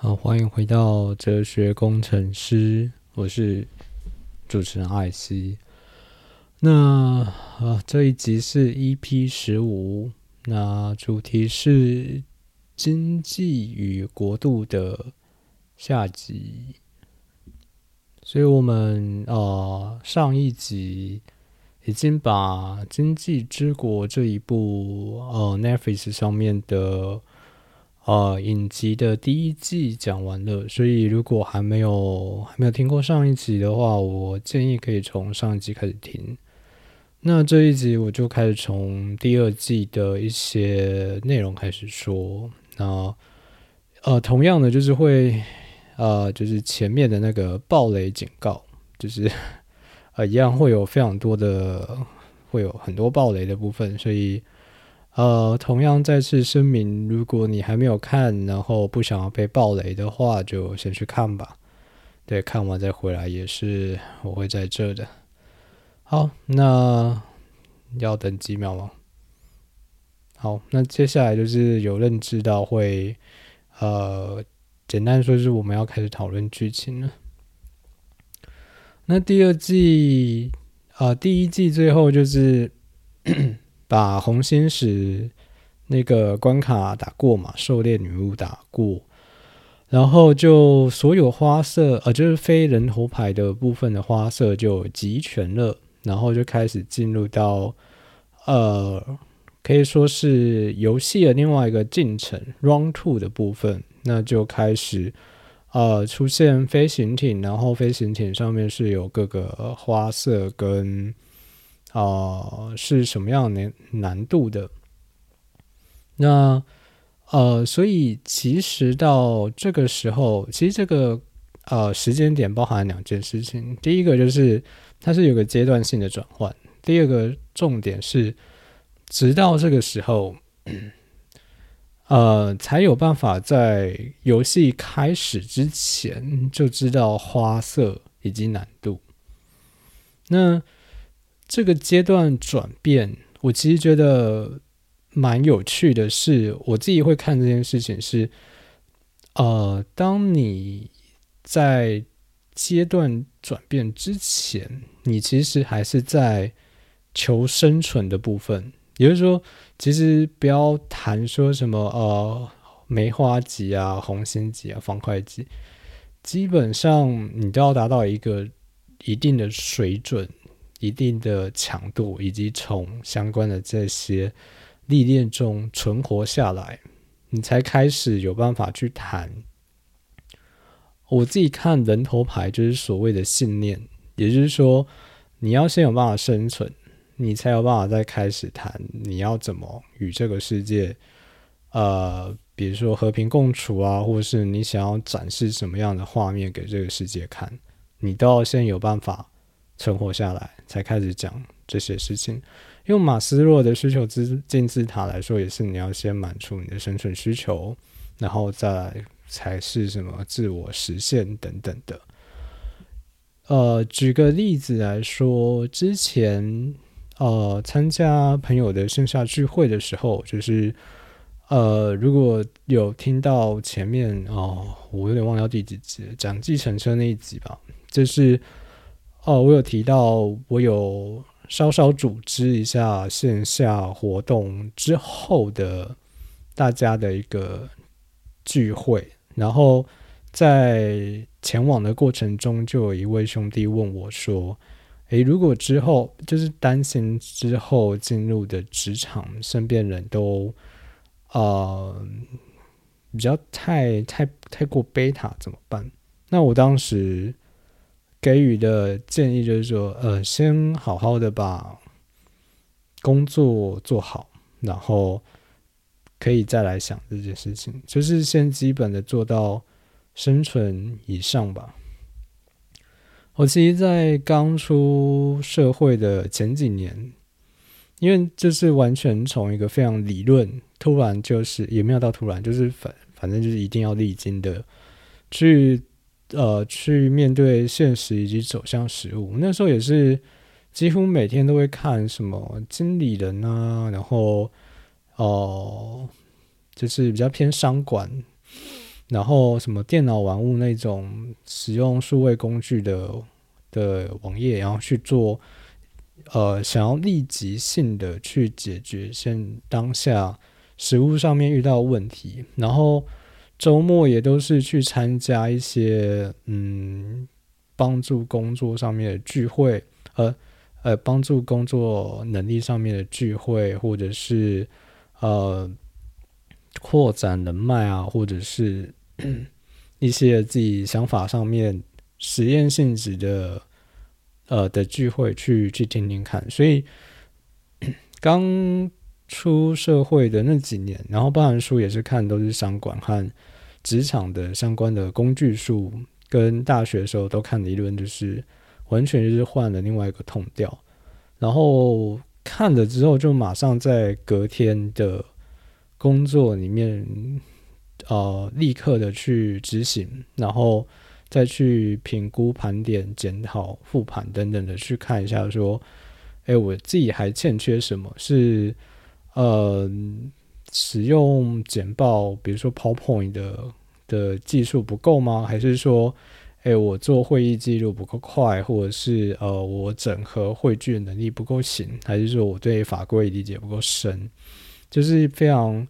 好，欢迎回到哲学工程师，我是主持人艾希。那这一集是 EP15，那主题是经济与国度的下集。所以我们上一集已经把《经济之国》这一部Netflix 上面的影集的第一季讲完了，所以如果还没有听过上一集的话，我建议可以从上一集开始听。那这一集我就开始从第二季的一些内容开始说。那同样的就是会就是前面的那个暴雷警告，就是一样会有非常多的，会有很多暴雷的部分，所以同样再次声明，如果你还没有看，然后不想要被暴雷的话，就先去看吧。对，看完再回来也是我会在这的。好，那要等几秒吗？好，那接下来就是有认知到会，简单说是我们要开始讨论剧情了。那第二季，第一季最后就是把红心石那个关卡打过嘛，狩猎女巫打过，然后就所有花色，就是非人头牌的部分的花色就集全了，然后就开始进入到可以说是游戏的另外一个进程 Round 2的部分，那就开始出现飞行艇，然后飞行艇上面是有各个花色跟是什么样的难度的。那所以其实到这个时候，其实这个时间点包含两件事情。第一个就是它是有个阶段性的转换，第二个重点是直到这个时候，才有办法在游戏开始之前就知道花色以及难度。那这个阶段转变，我其实觉得蛮有趣的是，我自己会看这件事情是，当你在阶段转变之前，你其实还是在求生存的部分。也就是说，其实不要谈说什么梅花级啊、红心级啊、方块级，基本上你都要达到一个一定的水准、一定的强度，以及从相关的这些历练中存活下来，你才开始有办法去谈。我自己看人头牌就是所谓的信念，也就是说，你要先有办法生存，你才有办法再开始谈你要怎么与这个世界，比如说和平共处啊，或是你想要展示什么样的画面给这个世界看，你都要先有办法存活下来，才开始讲这些事情。用马斯洛的需求金字塔来说，也是你要先满足你的生存需求，然后再来才是什么自我实现等等的。举个例子来说，之前参加朋友的线下聚会的时候，就是如果有听到前面我有点忘掉第几集讲计程车那一集吧，就是我有提到我有稍稍组织一下线下活动之后的大家的一个聚会，然后在前往的过程中，就有一位兄弟问我说：如果之后就是担心之后进入的职场，身边人都比较太过贝塔怎么办？那我当时给予的建议就是说，先好好的把工作做好，然后可以再来想这件事情，就是先基本的做到生存以上吧。我其实在刚出社会的前几年，因为就是完全从一个非常理论，突然就是也没有到突然，就是反正就是一定要历经的去面对现实以及走向实务。那时候也是几乎每天都会看什么经理人啊，然后就是比较偏商管， 然后什么电脑玩物那种使用数位工具的网页，然后去做想要立即性的去解决当下实务上面遇到的问题，然后周末也都是去参加一些帮助工作上面的聚会，帮助工作能力上面的聚会，或者是扩展人脉啊，或者是一些自己想法上面实验性质的聚会去听听看。所以刚出社会的那几年，然后包含书也是看都是商管和职场的相关的工具书，跟大学的时候都看的一轮，就是完全就是换了另外一个痛调。然后看了之后，就马上在隔天的工作里面，立刻的去执行，然后再去评估、盘点、检讨、复盘等等的去看一下，说，我自己还欠缺什么？是使用简报，比如说 PowerPoint 的技术不够吗？还是说，我做会议记录不够快，或者是我整合汇聚的能力不够行，还是说我对法规理解不够深？就是非常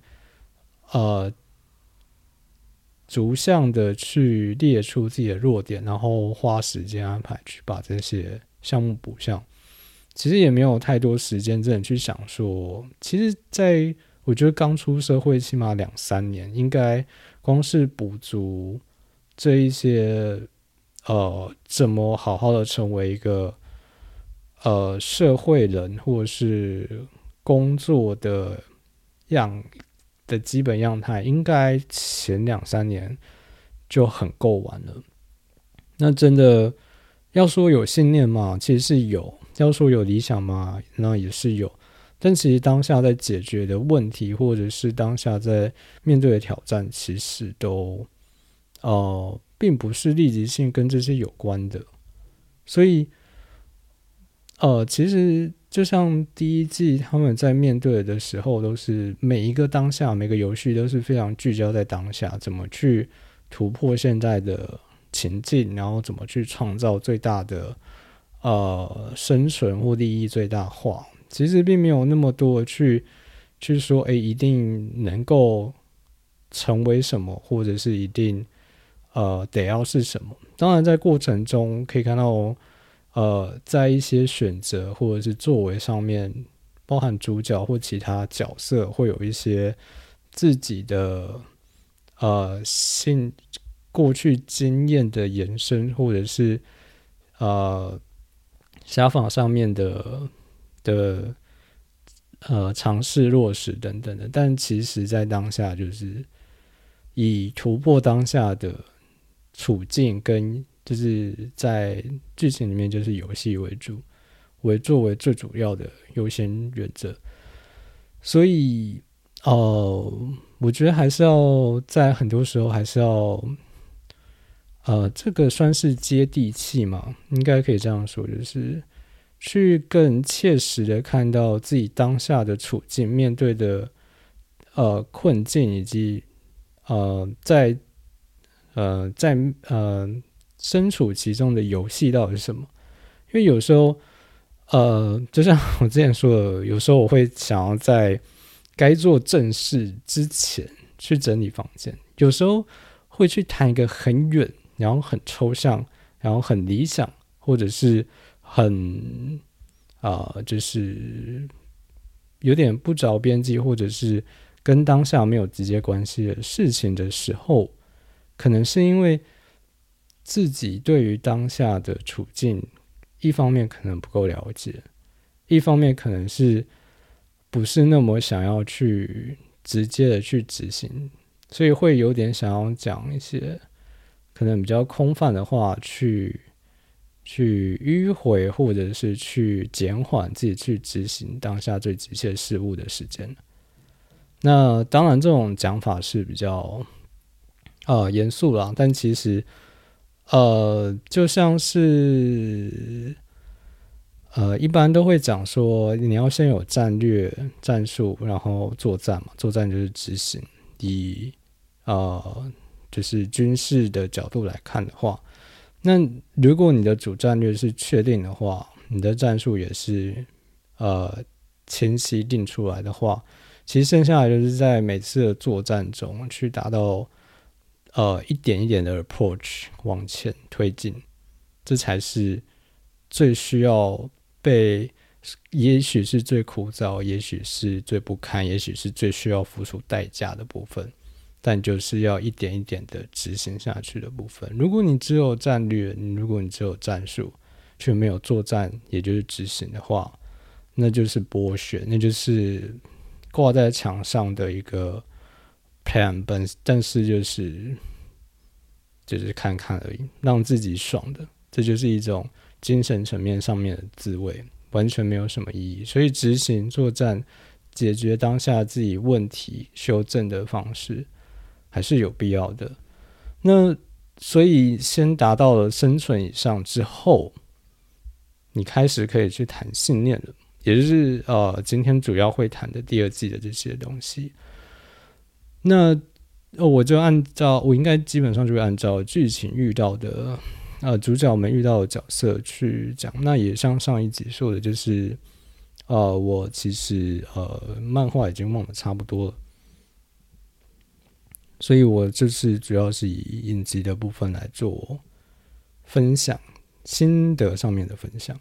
逐项的去列出自己的弱点，然后花时间安排去把这些项目补上。其实也没有太多时间真的去想说，其实在我觉得刚出社会起码2-3年，应该光是补足这一些怎么好好的成为一个社会人，或者是工作的基本样态，应该前2-3年就很够玩了。那真的要说有信念吗？其实是有。要说有理想吗？那也是有。但其实当下在解决的问题，或者是当下在面对的挑战，其实都并不是立即性跟这些有关的。所以其实就像第一季他们在面对的时候，都是每一个当下，每个游戏都是非常聚焦在当下，怎么去突破现在的情境，然后怎么去创造最大的生存或利益最大化。其实并没有那么多的去说，一定能够成为什么，或者是一定得要是什么。当然在过程中可以看到在一些选择或者是作为上面，包含主角或其他角色会有一些自己的过去经验的延伸，或者是想法上面的尝试落实等等的。但其实在当下就是以突破当下的处境，跟就是在剧情里面就是游戏为主，作为最主要的优先原则。所以我觉得还是要在很多时候还是要这个算是接地气嘛，应该可以这样说，就是去更切实的看到自己当下的处境，面对的困境，以及在身处其中的游戏到底是什么。因为有时候就像我之前说的，有时候我会想要在该做正事之前去整理房间，有时候会去谈一个很远，然后很抽象，然后很理想，或者是很就是有点不着边际，或者是跟当下没有直接关系的事情的时候，可能是因为自己对于当下的处境，一方面可能不够了解，一方面可能是不是那么想要去直接的去执行，所以会有点想要讲一些可能比较空泛的话，去迂回，或者是去减缓自己去执行当下最急切事物的时间。那当然这种讲法是比较严肃啦，但其实就像是一般都会讲说，你要先有战略、战术，然后作战嘛。作战就是执行，以就是军事的角度来看的话，那如果你的主战略是确定的话，你的战术也是清晰定出来的话，其实剩下来就是在每次的作战中去达到一点一点的 approach 往前推进，这才是最需要被，也许是最枯燥，也许是最不堪，也许是最需要付出代价的部分，但就是要一点一点的执行下去的部分。如果你只有战略，如果你只有战术，却没有作战，也就是执行的话，那就是剥削，那就是挂在墙上的一个 plan， 但是就是看看而已，让自己爽的，这就是一种精神层面上面的自慰，完全没有什么意义。所以执行作战解决当下自己问题修正的方式还是有必要的。那所以先达到了生存以上之后，你开始可以去谈信念了，也就是今天主要会谈的第二季的这些东西。那我应该基本上就会按照剧情遇到的主角们遇到的角色去讲。那也像上一集说的，就是我其实漫画已经忘得差不多了，所以我这次主要是以影集的部分来做分享，心得上面的分享。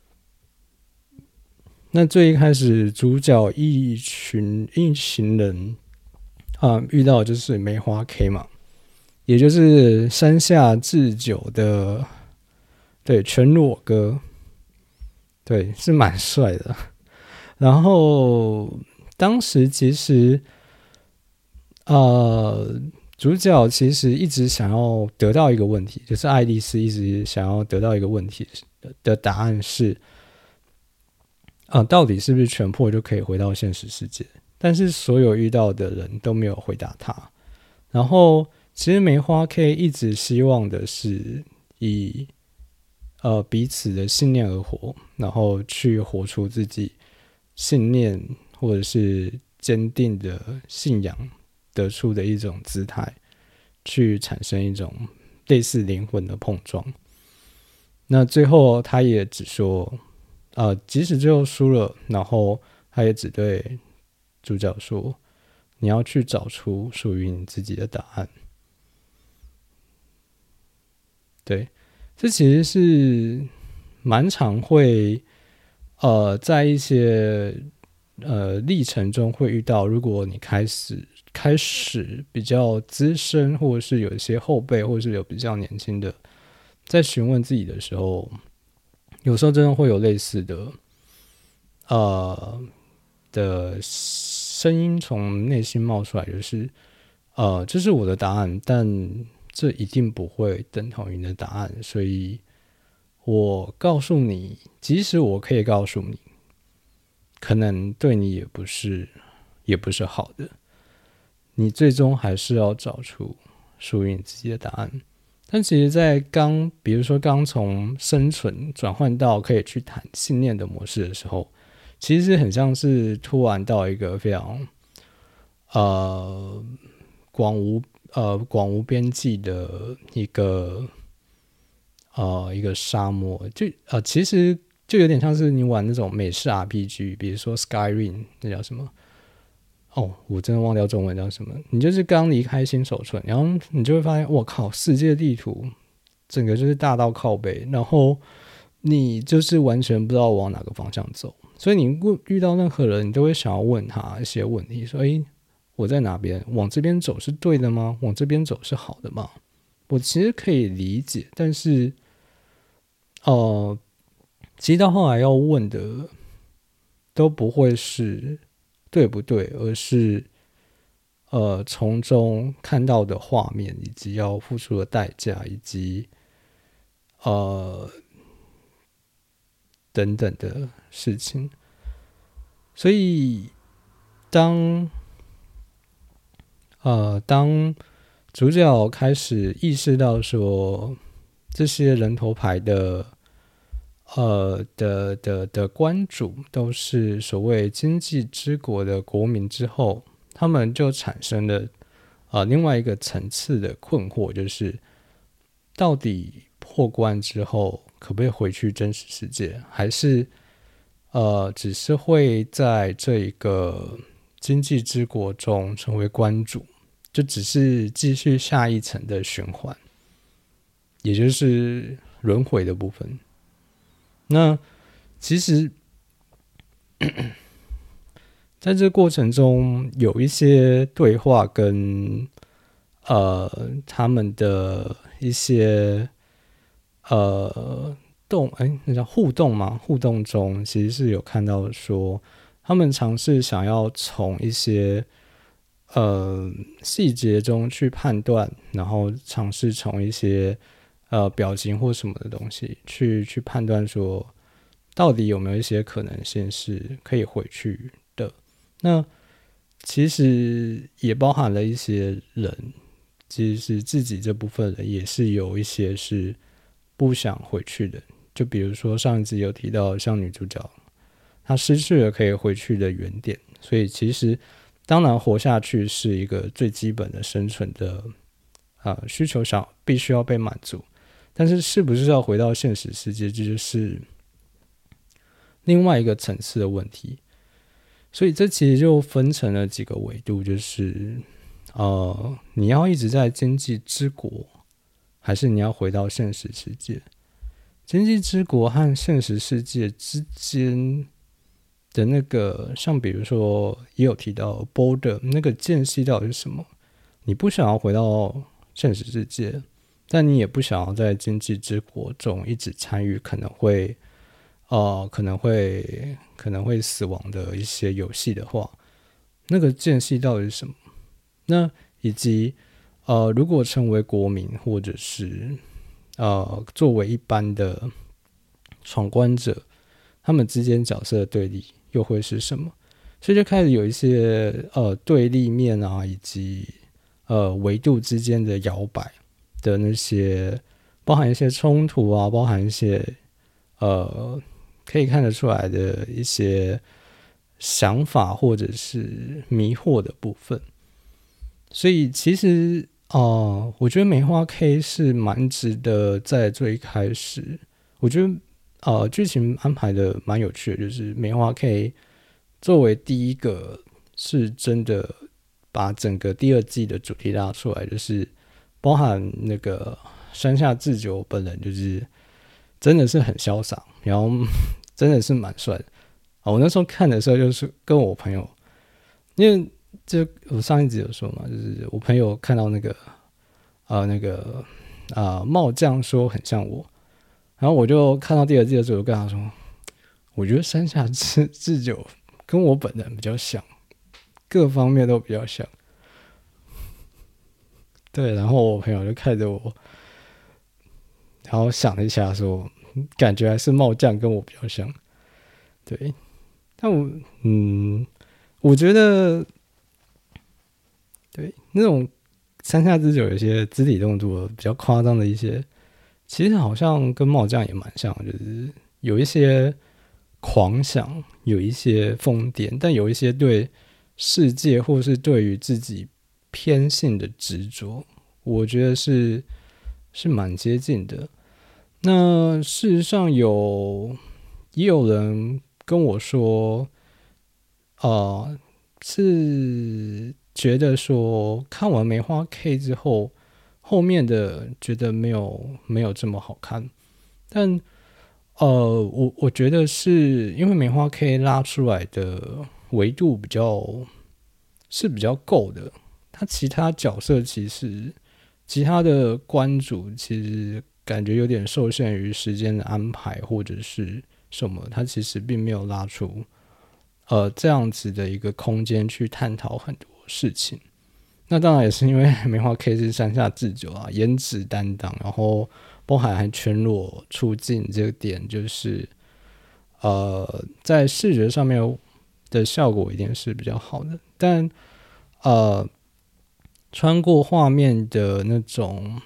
那最一开始主角一群人遇到的就是梅花 K 嘛，也就是山下智久的全裸哥，对，是蛮帅的。然后当时其实主角其实一直想要得到一个问题，就是爱丽丝一直想要得到一个问题的答案是到底是不是全破就可以回到现实世界？但是所有遇到的人都没有回答他。然后其实梅花 K 一直希望的是以彼此的信念而活，然后去活出自己信念或者是坚定的信仰得出的一种姿态，去产生一种类似灵魂的碰撞。那最后他也只说即使最后输了，然后他也只对主角说，你要去找出属于你自己的答案。对，这其实是蛮常会在一些历程中会遇到。如果你开始比较资深，或者是有一些后辈，或者是有比较年轻的，在询问自己的时候，有时候真的会有类似的声音从内心冒出来，就是这是我的答案，但这一定不会等同于你的答案，所以我告诉你，即使我可以告诉你，可能对你也不是好的，你最终还是要找出属于你自己的答案。但其实在比如说刚从生存转换到可以去谈信念的模式的时候，其实很像是突然到一个非常广无边际的一个沙漠，其实就有点像是你玩那种美式 RPG， 比如说 Skyrim， 那叫什么？我真的忘掉中文叫什么。你就是刚离开新手村，然后你就会发现，我靠，世界地图整个就是大到靠北，然后你就是完全不知道往哪个方向走。所以你遇到任何人，你都会想要问他一些问题，说：“我在哪边？往这边走是对的吗？往这边走是好的吗？”我其实可以理解，但是，其实到后来要问的都不会是对不对，而是从中看到的画面，以及要付出的代价，以及等等的事情。所以当主角开始意识到说这些人头牌的关主都是所谓经济之国的国民之后，他们就产生了另外一个层次的困惑，就是到底破关之后可不可以回去真实世界，还是只是会在这一个经济之国中成为关主，就只是继续下一层的循环，也就是轮回的部分。那其实在这个过程中有一些对话跟他们的一些那叫互动吗？互动中其实是有看到说，他们尝试想要从一些细节中去判断，然后尝试从一些表情或什么的东西去判断说，到底有没有一些可能性是可以回去的。那其实也包含了一些人，其实是自己这部分人也是有一些是不想回去的。就比如说上一集有提到，像女主角她失去了可以回去的原点，所以其实当然活下去是一个最基本的生存的需求上必须要被满足，但是是不是要回到现实世界，这就是另外一个层次的问题。所以这其实就分成了几个维度，就是你要一直在经济之国，还是你要回到现实世界？经济之国和现实世界之间的那个，像比如说也有提到 border 那个间隙到底是什么？你不想要回到现实世界，但你也不想要在经济之国中一直参与可能会死亡的一些游戏的话，那个间隙到底是什么？那以及如果成为国民，或者是作为一般的闯关者，他们之间角色的对立又会是什么？所以就开始有一些对立面啊，以及维度之间的摇摆的那些，包含一些冲突啊，包含一些可以看得出来的一些想法或者是迷惑的部分。所以其实我觉得梅花 K 是蛮值得在最开始，我觉得剧情安排的蛮有趣的，就是梅花 K 作为第一个是真的把整个第二季的主题拉出来，就是包含那个山下智久本人就是真的是很潇洒，然后真的是蛮帅的。我那时候看的时候就是跟我朋友，因为就我上一集有说嘛，就是我朋友看到那个帽将说很像我，然后我就看到第二季的时候，我就跟他说，我觉得山下智久跟我本人比较像，各方面都比较像。对，然后我朋友就看着我，然后想了一下说，感觉还是帽将跟我比较像。对，但我觉得，对那种山下智久有些肢体动作比较夸张的一些，其实好像跟帽将也蛮像，就是有一些狂想，有一些疯癫，但有一些对世界或是对于自己偏性的执着，我觉得是蛮接近的。那事实上也有人跟我说，是觉得说看完梅花 K 之后，后面的觉得没有这么好看。但我觉得是因为梅花 K 拉出来的维度比较够的，他其他角色其他的关主其实感觉有点受限于时间的安排或者是什么，他其实并没有拉出这样子的一个空间去探讨很多事情。那当然也是因为梅花 K 是山下智久啊，颜值担当，然后包含还全裸出镜这个点，就是在视觉上面的效果一定是比较好的，但穿过画面的那种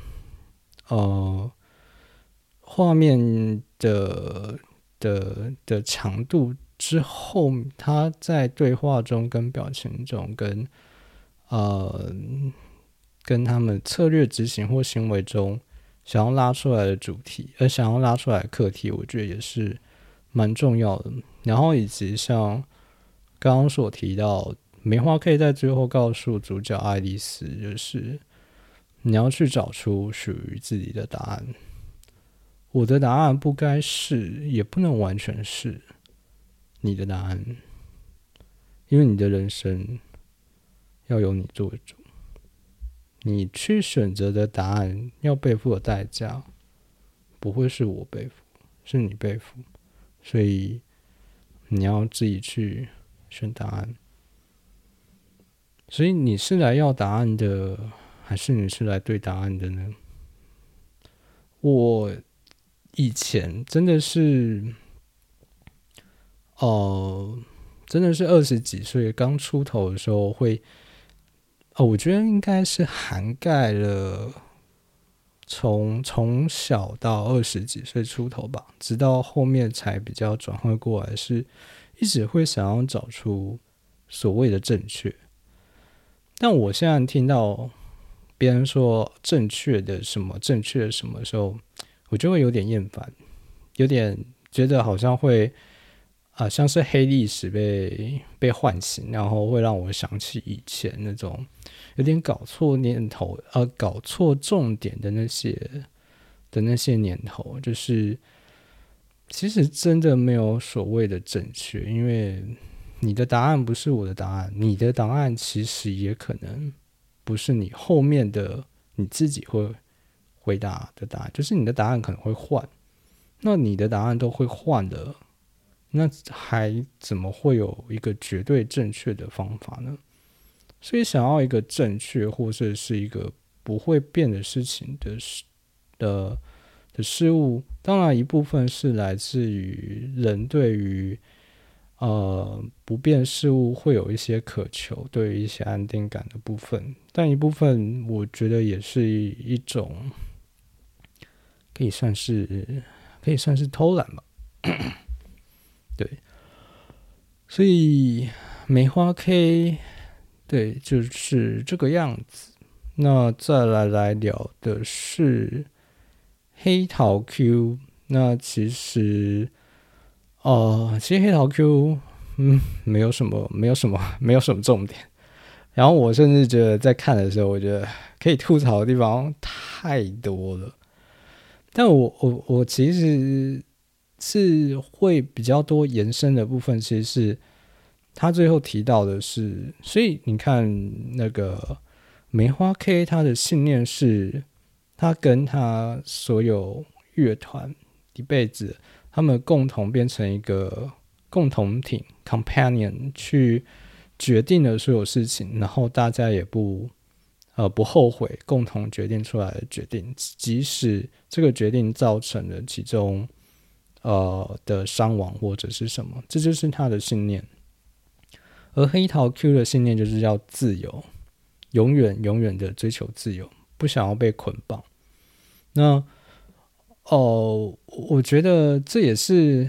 画面的强度之后，他在对话中跟表情中跟跟他们策略执行或行为中想要拉出来的主题，想要拉出来的课题，我觉得也是蛮重要的。然后以及像刚刚所提到，梅花可以在最后告诉主角爱丽丝，就是你要去找出属于自己的答案。我的答案不该是，也不能完全是你的答案，因为你的人生要由你做主。你去选择的答案要背负的代价，不会是我背负，是你背负。所以你要自己去选答案。所以你是来要答案的，还是你是来对答案的呢？我以前真的是，真的是20几岁刚出头的时候会，我觉得应该是涵盖了从小到20几岁出头吧，直到后面才比较转换过来，是一直会想要找出所谓的正确。但我现在听到别人说正确的什么正确的什么的时候，我就会有点厌烦，有点觉得好像会像是黑历史被唤醒，然后会让我想起以前那种有点搞错念头搞错重点的那些年头，就是其实真的没有所谓的正确，因为你的答案不是我的答案，你的答案其实也可能不是你后面的你自己会回答的答案，就是你的答案可能会换。那你的答案都会换的，那还怎么会有一个绝对正确的方法呢？所以想要一个正确或者是一个不会变的事情的事物，当然一部分是来自于人对于不变事物会有一些渴求，对于一些安定感的部分，但一部分我觉得也是一种可以算是偷懒吧。对，所以梅花 K 对就是这个样子。那再来聊的是黑桃 Q。那其实黑桃 Q 没有什么重点。然后我甚至觉得在看的时候，我觉得可以吐槽的地方太多了。但我其实是会比较多延伸的部分，其实是他最后提到的是，所以你看那个梅花 K， 他的信念是，他跟他所有乐团一辈子，他们共同变成一个共同体 companion 去决定了所有事情，然后大家也不后悔共同决定出来的决定，即使这个决定造成了其中的伤亡或者是什么，这就是他的信念。而黑桃 Q 的信念就是要自由，永远的追求自由，不想要被捆绑。那我觉得这也是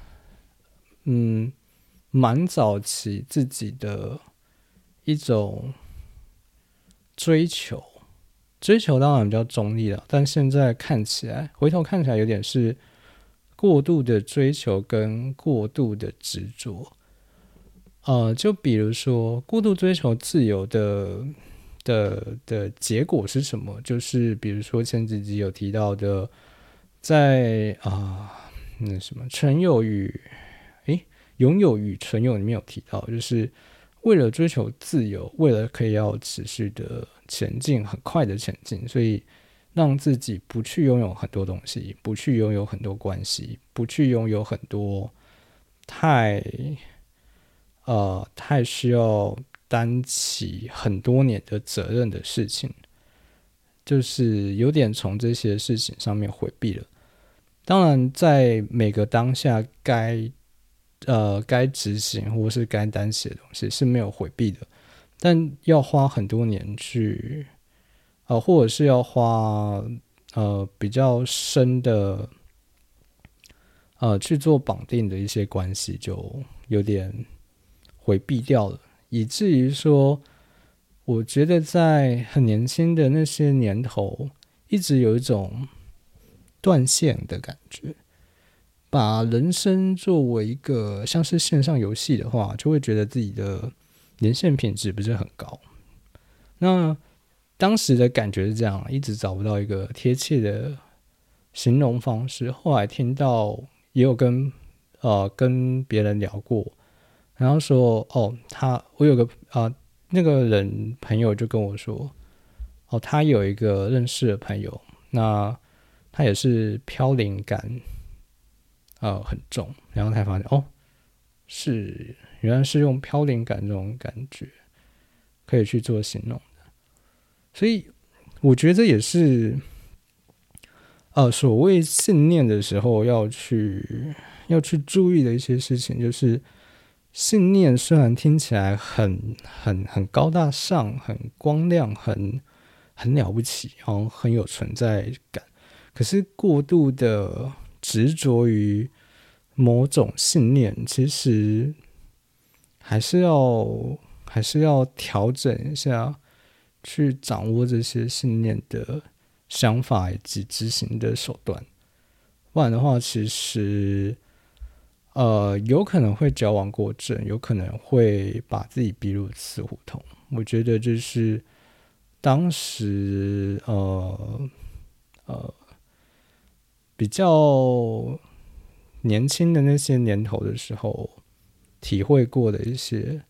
蛮早期自己的一种追求当然比较中立了，但现在回头看起来有点是过度的追求跟过度的执着。就比如说过度追求自由的结果是什么？就是比如说前几集有提到的，在什么拥有与存有里面有提到，就是为了追求自由，为了可以要持续的前进，很快的前进，所以让自己不去拥有很多东西，不去拥有很多关系，不去拥有很多太需要担起很多年的责任的事情，就是有点从这些事情上面回避了。当然，在每个当下该执行或是该担起的东西是没有回避的，但要花很多年去或者是要花比较深的去做绑定的一些关系，就有点回避掉了，以至于说我觉得在很年轻的那些年头，一直有一种断线的感觉。把人生作为一个像是线上游戏的话，就会觉得自己的连线品质不是很高。那当时的感觉是这样，一直找不到一个贴切的形容方式。后来听到也有跟别人聊过，然后说我有个那个人朋友就跟我说，他有一个认识的朋友，那他也是飘零感很重，然后才发现原来是用飘零感这种感觉可以去做形容的。所以我觉得这也是所谓信念的时候要去注意的一些事情，就是信念虽然听起来很高大上、很光亮、很了不起，然后很有存在感，可是过度的执着于某种信念，其实还是要调整一下，去掌握这些信念的想法以及执行的手段，不然的话，其实有可能会矫枉过正，有可能会把自己逼入死胡同。我觉得这是当时比较年轻的那些年头的时候体会过的一些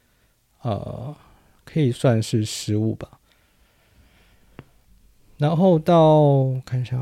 可以算是失误吧。然后到看一下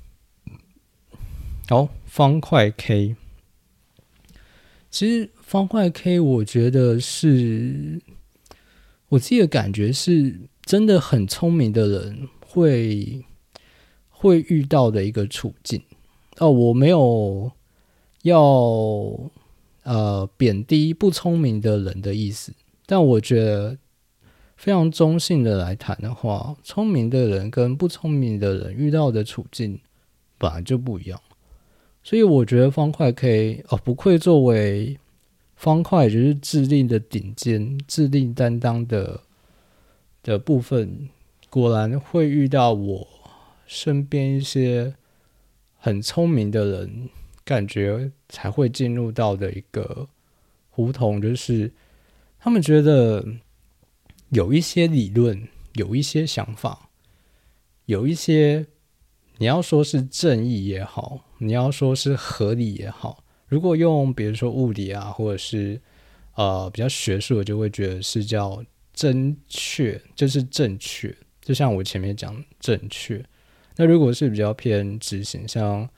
方块 K， 其实方块 K 我觉得是我自己的感觉是真的很聪明的人会遇到的一个处境。我没有要贬低不聪明的人的意思，但我觉得非常中性的来谈的话，聪明的人跟不聪明的人遇到的处境本来就不一样。所以我觉得方块 K 不愧作为方块就是智力的顶尖、智力担当的部分，果然会遇到我身边一些很聪明的人，感觉才会进入到的一个胡同，就是他们觉得有一些理论，有一些想法，有一些你要说是正义也好，你要说是合理也好，如果用比如说物理啊，或者是比较学术的，就会觉得是叫正确，就是正确。就像我前面讲正确。那如果是比较偏执行，像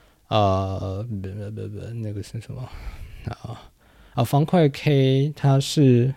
那个是什么方块 K 它是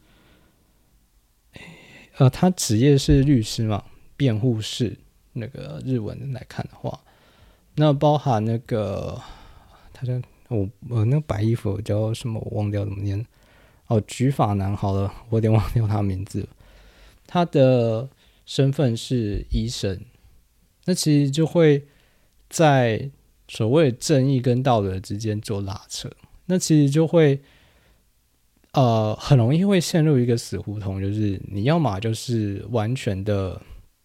他职业是律师嘛，辩护士，那个日文来看的话，那包含那个他叫那个白衣服叫什么，我忘掉怎么念。举法男好了，我有点忘掉他名字了。他的身份是医生，那其实就会在所谓正义跟道德之间做拉扯，那其实就会很容易会陷入一个死胡同，就是你要嘛就是完全的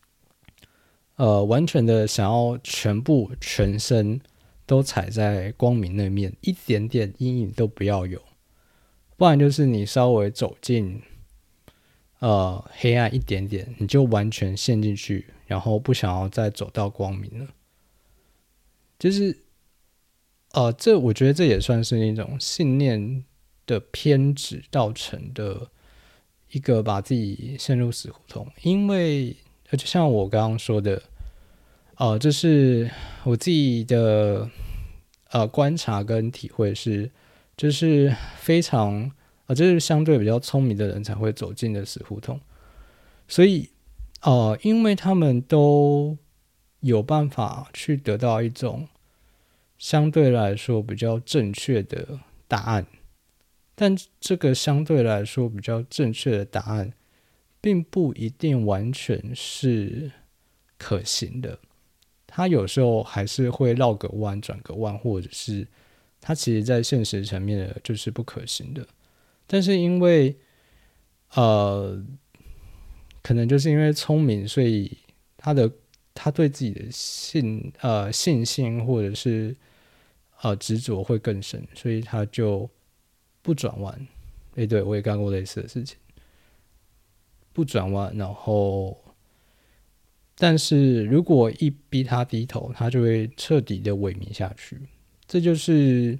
想要全身都踩在光明那面，一点点阴影都不要有，不然就是你稍微走进黑暗一点点，你就完全陷进去，然后不想要再走到光明了。就是这我觉得这也算是一种信念的偏执造成的一个把自己陷入死胡同。因为就像我刚刚说的这是我自己的观察跟体会是，就是非常这是相对比较聪明的人才会走进的死胡同。所以因为他们都有办法去得到一种相对来说比较正确的答案，但这个相对来说比较正确的答案并不一定完全是可行的，它有时候还是会绕个弯转个弯，或者是它其实在现实层面的就是不可行的。但是因为可能就是因为聪明，所以他对自己的信心或者是执着会更深，所以他就不转弯。对，我也干过类似的事情，不转弯，然后但是如果一逼他低头，他就会彻底的萎靡下去。这就是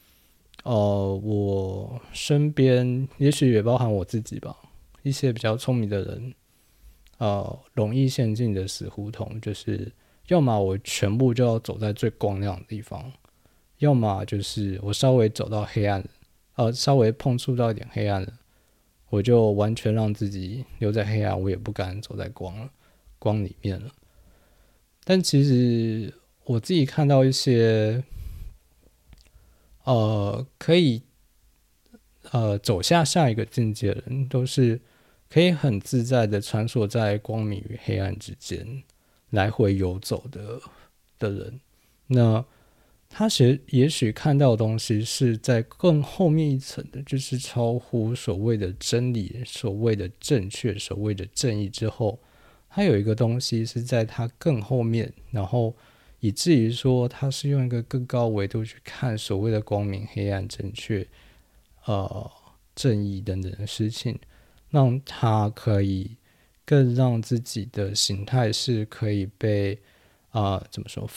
我身边，也许也包含我自己吧，一些比较聪明的人，容易陷进的死胡同，就是要么我全部就要走在最光亮的地方，要么就是我稍微走到黑暗，稍微碰触到一点黑暗了，我就完全让自己留在黑暗，我也不敢走在光里面了。但其实我自己看到一些可以走下一个境界的人，都是可以很自在的穿梭在光明与黑暗之间来回游走的人。那他也许看到的东西是在更后面一层的，就是超乎所谓的真理、所谓的正确、所谓的正义之后，他有一个东西是在他更后面，然后以至于说他是用一个更高维度去看所谓的光明、黑暗、正确、正义等等的事情，让他可以更让自己的形态是可以被怎么说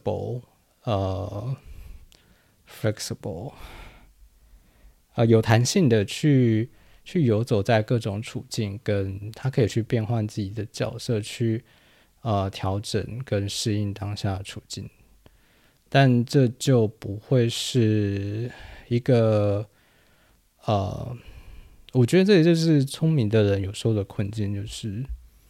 flexible 有弹性的去游走在各种处境，跟他可以去变换自己的角色，去调整跟适应当下的处境。但这就不会是一个我觉得这也就是聪明的人有时候的困境，就是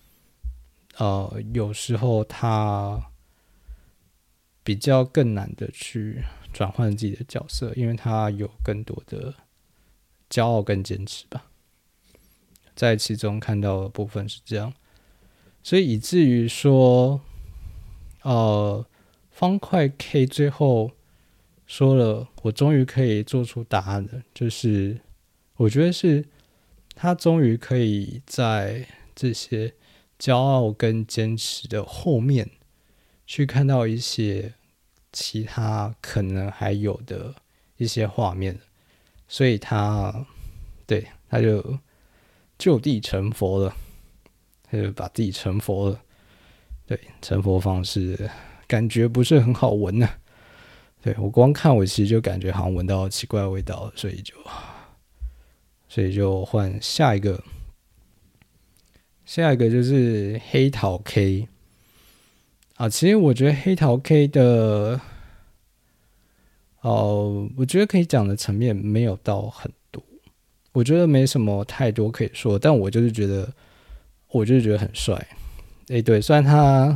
有时候他比较更难的去转换自己的角色，因为他有更多的骄傲跟坚持吧，在其中看到的部分是这样，所以以至于说方块 K 最后说了，我终于可以做出答案了，就是我觉得是他终于可以在这些骄傲跟坚持的后面去看到一些其他可能还有的一些画面，所以他就就地成佛了，他就把自己成佛了。对，成佛方式感觉不是很好闻呢。对，我光看我其实就感觉好像闻到奇怪的味道，所以就换下一个就是黑桃 K 其实我觉得黑桃 K 的我觉得可以讲的层面没有到很多，我觉得没什么太多可以说，但我就是觉得很帅。对，虽然他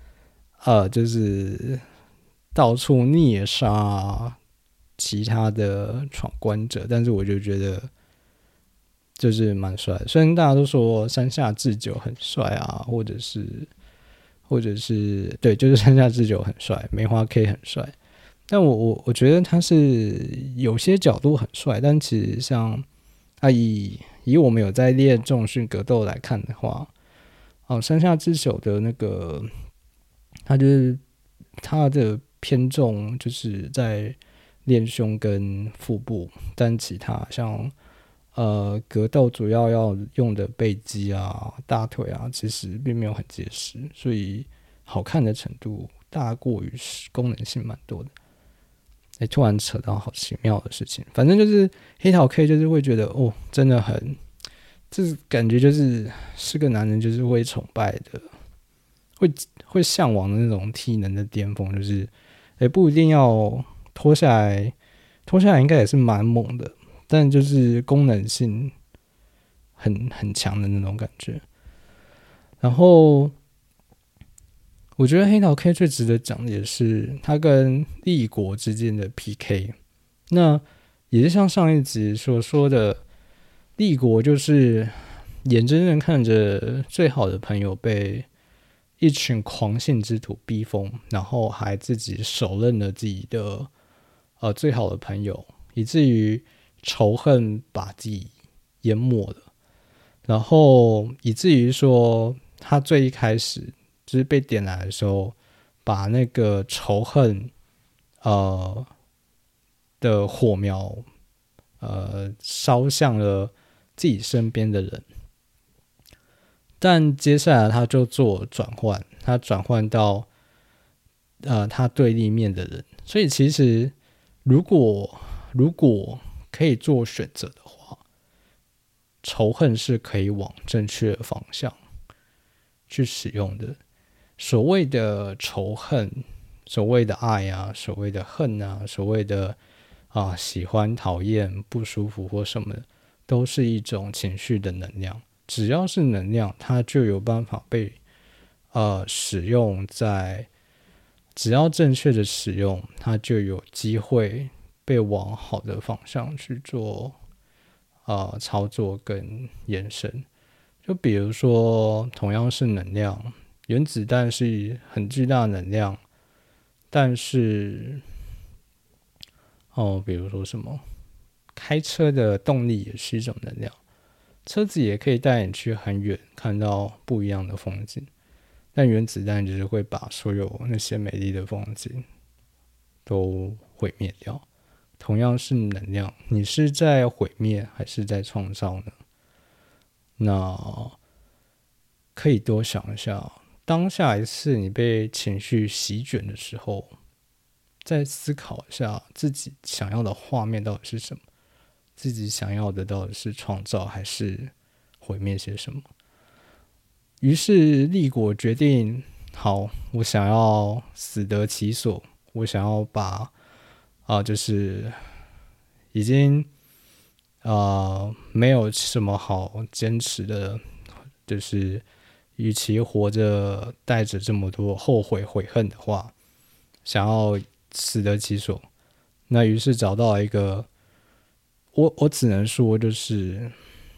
就是到处虐杀其他的闯关者，但是我就觉得就是蛮帅的。虽然大家都说山下智久很帅啊，或者是对，就是山下智久很帅，梅花 K 很帅，但我觉得他是有些角度很帅，但其实像以我们有在练重训格斗来看的话，山下智久的那个他的偏重就是在练胸跟腹部，但其他像格斗主要用的背肌啊、大腿啊，其实并没有很结实，所以好看的程度大过于功能性蛮多的。突然扯到好奇妙的事情，反正就是黑桃 K 就是会觉得真的很，这感觉是个男人就是会崇拜的，会向往的那种体能的巅峰，就是不一定要脱下来应该也是蛮猛的，但就是功能性很强的那种感觉。然后我觉得黑桃 K 最值得讲的也是他跟立国之间的 PK， 那也是像上一集所说的，立国就是眼睁睁看着最好的朋友被一群狂信之徒逼疯，然后还自己手刃了自己的最好的朋友，以至于仇恨把自己淹没了。 然后以至于说他最一开始就是被点燃的时候，把那个仇恨的火苗烧向了自己身边的人，但接下来他就做转换，他转换到他对立面的人，所以其实如果可以做选择的话，仇恨是可以往正确的方向去使用的。所谓的仇恨，所谓的爱啊，所谓的恨啊，所谓的喜欢、讨厌、不舒服或什么的，都是一种情绪的能量。只要是能量，它就有办法被使用在，只要正确的使用，它就有机会被往好的方向去做操作跟延伸。就比如说，同样是能量，原子弹是很巨大的能量，但是比如说什么，开车的动力也是一种能量，车子也可以带你去很远，看到不一样的风景，但原子弹就是会把所有那些美丽的风景都毁灭掉。同样是能量，你是在毁灭还是在创造呢？那可以多想一下，当下一次你被情绪席卷的时候，再思考一下自己想要的画面到底是什么，自己想要的到底是创造还是毁灭些什么。于是立国决定，好，我想要死得其所，我想要把就是已经没有什么好坚持的，就是与其活着带着这么多后悔悔恨的话，想要死得其所。那于是找到一个，我只能说就是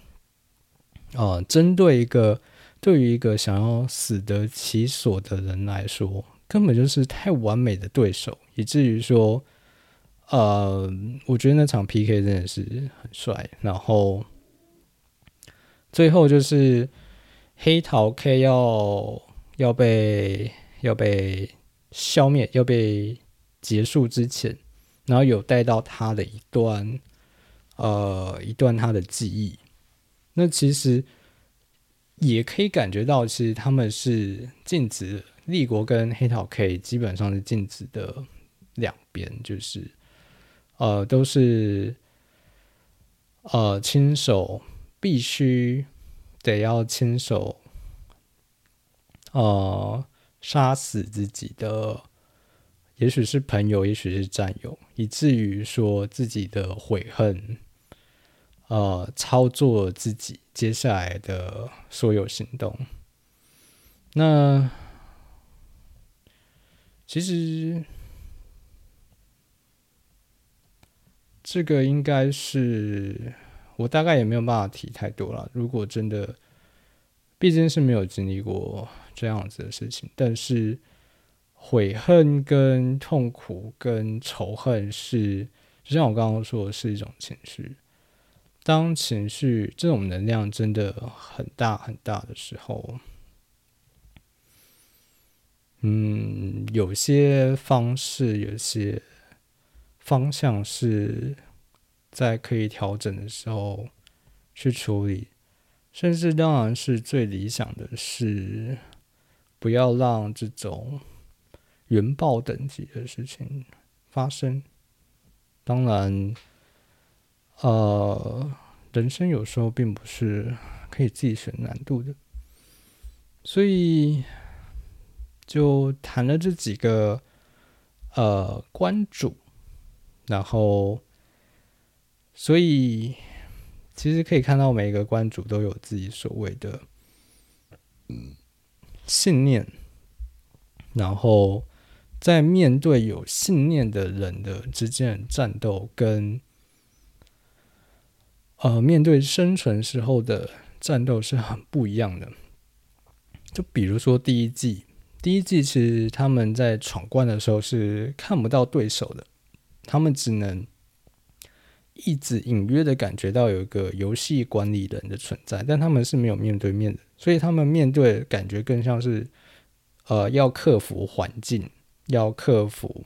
针对对于一个想要死得其所的人来说，根本就是太完美的对手，以至于说我觉得那场 PK 真的是很帅。然后最后就是黑桃 K 要被消灭，要被结束之前，然后有带到他的一段他的记忆。那其实也可以感觉到，其实他们是镜子，立国跟黑桃 K 基本上是镜子的两边，就是都是亲手必须得要亲手杀死自己的，也许是朋友，也许是战友，以至于说自己的悔恨操作了自己接下来的所有行动。那其实这个应该是我大概也没有办法提太多了。如果真的，毕竟是没有经历过这样子的事情，但是悔恨跟痛苦跟仇恨是，就像我刚刚说的，是一种情绪。当情绪这种能量真的很大很大的时候，有些方式，有些方向是在可以调整的时候去处理，甚至当然是最理想的是不要让这种原爆等级的事情发生。当然，人生有时候并不是可以自己选难度的，所以就谈了这几个关主，然后所以其实可以看到每一个关主都有自己所谓的信念，然后在面对有信念的人的之间的战斗跟面对生存时候的战斗是很不一样的。就比如说第一季其实他们在闯关的时候是看不到对手的，他们只能一直隐约的感觉到有一个游戏管理人的存在，但他们是没有面对面的，所以他们面对的感觉更像是要克服环境，要克服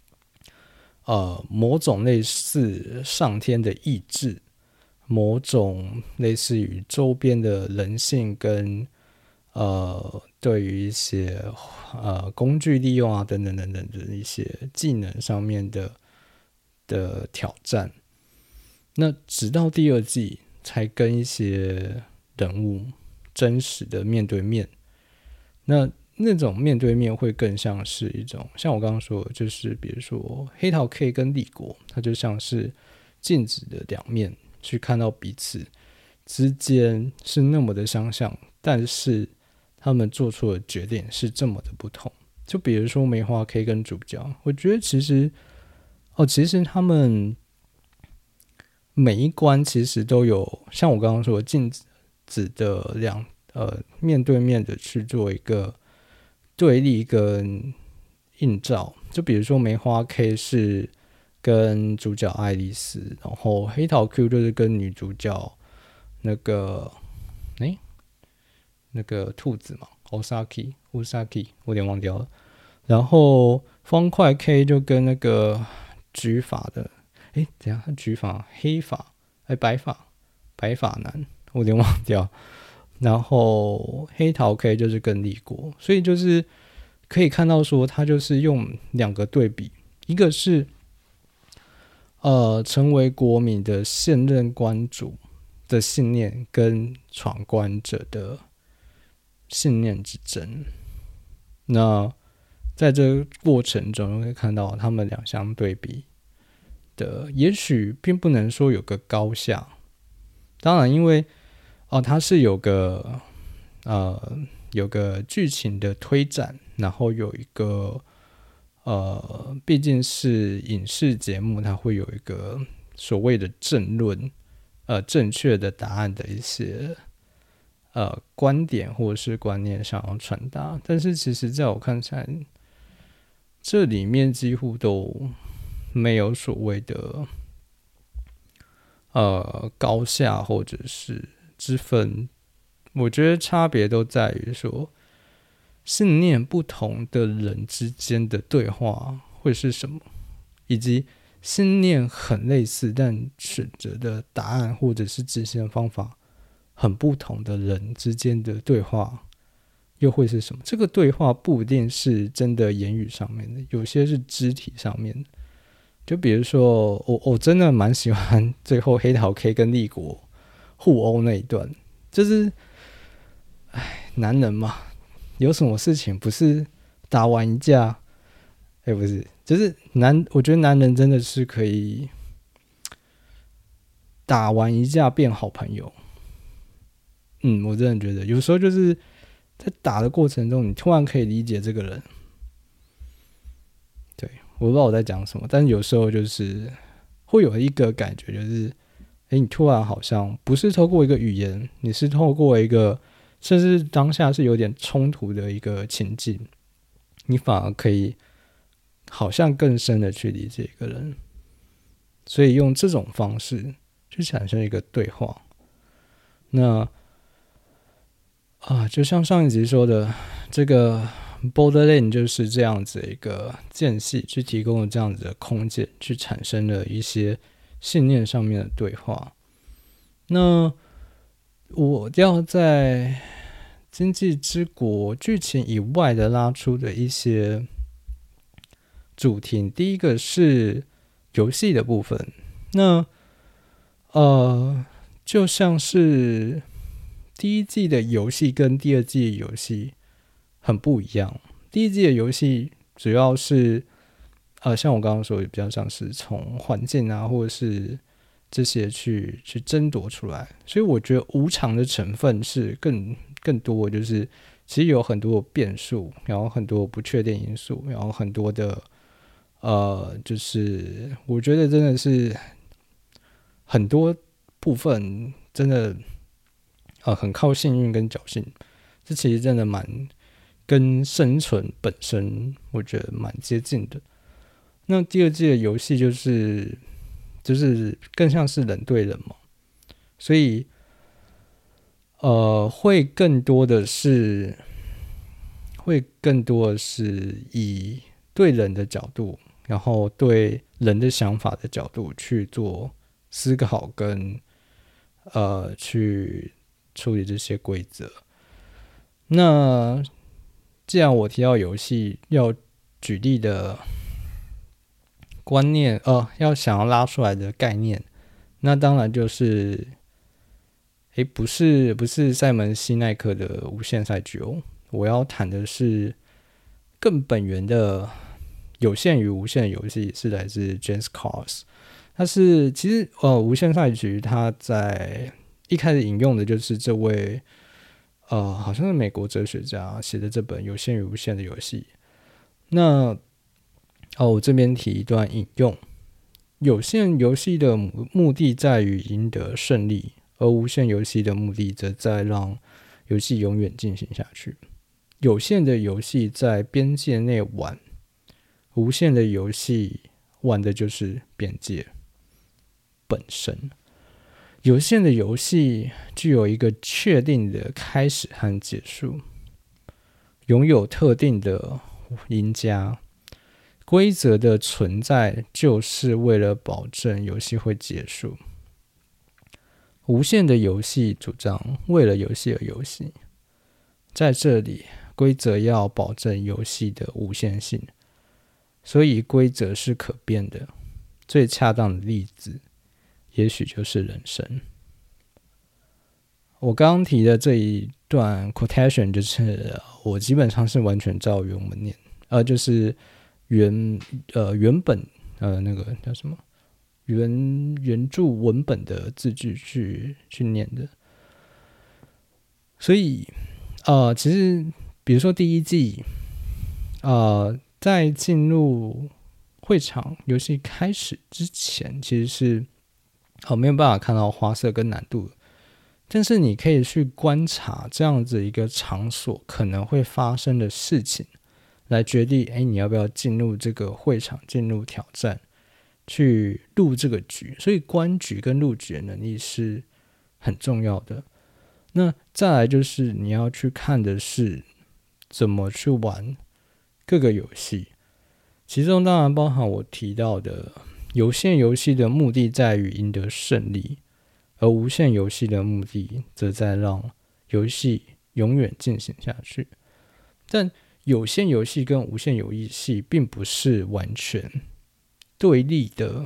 某种类似上天的意志，某种类似于周边的人性跟对于一些工具利用啊等等等等的一些技能上面的挑战。那直到第二季才跟一些人物真实的面对面，那种面对面会更像是一种，像我刚刚说的，就是比如说黑桃 K 跟立国，它就像是镜子的两面，去看到彼此之间是那么的相像，但是他们做出的决定是这么的不同。就比如说梅花 K 跟主角，我觉得其实他们每一关其实都有像我刚刚说的镜子的面对面的去做一个对立跟映照。就比如说梅花 K 是跟主角爱丽丝，然后黑桃 Q 就是跟女主角那个兔子嘛 Usaki 我有点忘掉了。然后方块 K 就跟那个橘发的等一下，他橘发黑发白发男，我有点忘掉。然后黑桃 K 就是跟立国，所以就是可以看到说，他就是用两个对比，一个是成为国民的现任关主的信念跟闯关者的信念之争。那在这个过程中，可以看到他们两相对比的，也许并不能说有个高下。当然，因为它是有个剧情的推展，然后有一个毕竟是影视节目，它会有一个所谓的正论，正确的答案的一些观点或者是观念想要传达。但是其实在我看起来，这里面几乎都没有所谓的高下或者是之分。我觉得差别都在于说，信念不同的人之间的对话会是什么，以及信念很类似但选择的答案或者是执行的方法很不同的人之间的对话又会是什么。这个对话不一定是真的言语上面的，有些是肢体上面的。就比如说我真的蛮喜欢最后黑桃 K 跟立国互殴那一段，就是男人嘛，有什么事情不是打完一架不是，就是我觉得男人真的是可以打完一架变好朋友。我真的觉得有时候就是在打的过程中，你突然可以理解这个人。对，我不知道我在讲什么，但是有时候就是会有一个感觉，就是你突然好像不是透过一个语言，你是透过一个甚至当下是有点冲突的一个情境，你反而可以好像更深的去理解一个人。所以用这种方式去产生一个对话。那就像上一集说的，这个 Borderland 就是这样子的一个间隙，去提供了这样子的空间，去产生了一些信念上面的对话。那我要在经济之国剧情以外的拉出的一些主题，第一个是游戏的部分。那就像是第一季的游戏跟第二季的游戏很不一样。第一季的游戏主要是像我刚刚说的，比较像是从环境啊或者是这些去争夺出来，所以我觉得无常的成分是更多的，就是其实有很多的变数，然后很多不确定因素，然后很多的就是我觉得真的是很多部分真的很靠幸运跟侥幸，这其实真的蛮跟生存本身我觉得蛮接近的。那第二季的游戏就是就是更像是人对人嘛，所以会更多的是以对人的角度，然后对人的想法的角度去做思考跟去处理这些规则。那既然我提到游戏，要举例的观念，要想要拉出来的概念，那当然就是不是塞门西奈克的无限赛局哦，我要谈的是更本源的有限与无限的游戏，是来自 James Carse。它是其实无限赛局，它在一开始引用的就是这位好像是美国哲学家写的这本《有限与无限的游戏》。那我这边提一段引用：有限游戏的目的在于赢得胜利，而无限游戏的目的则在让游戏永远进行下去。有限的游戏在边界内玩，无限的游戏玩的就是边界本身。有限的游戏具有一个确定的开始和结束，拥有特定的赢家。规则的存在就是为了保证游戏会结束。无限的游戏主张为了游戏而游戏，在这里规则要保证游戏的无限性，所以规则是可变的。最恰当的例子也许就是人生。我刚刚提的这一段 quotation 就是我基本上是完全照原文念，就是原本那个叫什么原著文本的字句去念的。所以其实比如说第一季在进入会场游戏开始之前，其实是没有办法看到花色跟难度的，但是你可以去观察这样子一个场所可能会发生的事情，来决定你要不要进入这个会场，进入挑战，去入这个局。所以观局跟入局的能力是很重要的。那再来就是你要去看的是怎么去玩各个游戏，其中当然包含我提到的有限游戏的目的在于赢得胜利，而无限游戏的目的则在让游戏永远进行下去。但有限游戏跟无限游戏并不是完全对立的，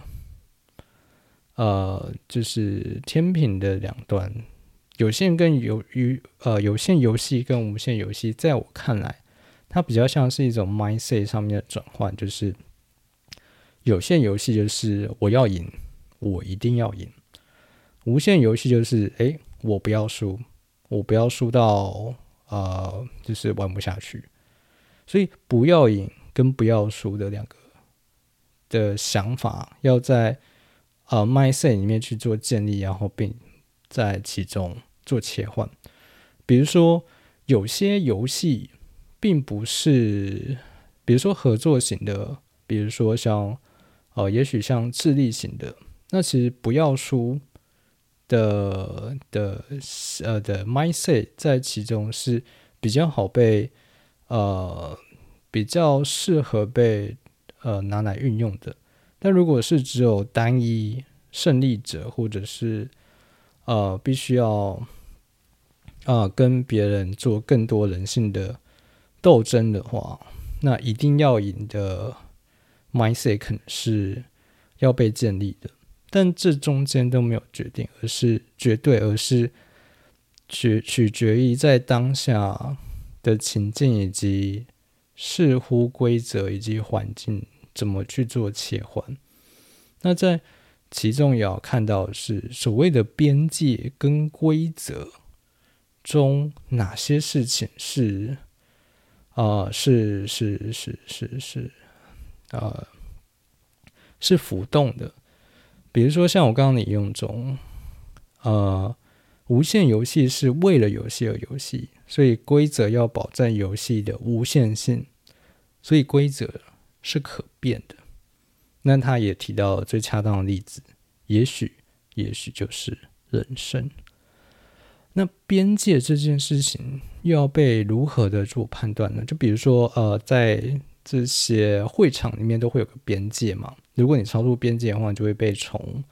就是天平的两端。有限游戏跟无限游戏，在我看来，它比较像是一种 mindset 上面的转换，就是有限游戏就是我要赢，我一定要赢；无限游戏就是我不要输，我不要输到就是玩不下去。所以不要赢跟不要输的两个的想法，要在mindset 里面去做建立，然后并在其中做切换。比如说有些游戏并不是，比如说合作型的，比如说像也许像智力型的，那其实不要输的 mindset 在其中是比较好被比较适合被拿来运用的。但如果是只有单一胜利者，或者是必须要跟别人做更多人性的斗争的话，那一定要赢的 mindset 可能是要被建立的。但这中间都没有决定，而是绝对，而是取决于在当下的情境以及视乎规则以及环境怎么去做切换。那在其中也要看到的是所谓的边界跟规则中哪些事情是是浮动的。比如说像我刚刚引用中无限游戏是为了游戏而游戏，所以规则要保证游戏的无限性，所以规则是可变的。那他也提到了最恰当的例子也许就是人生。那边界这件事情又要被如何的做判断呢？就比如说在这些会场里面都会有个边界嘛，如果你超出边界的话，你就会被从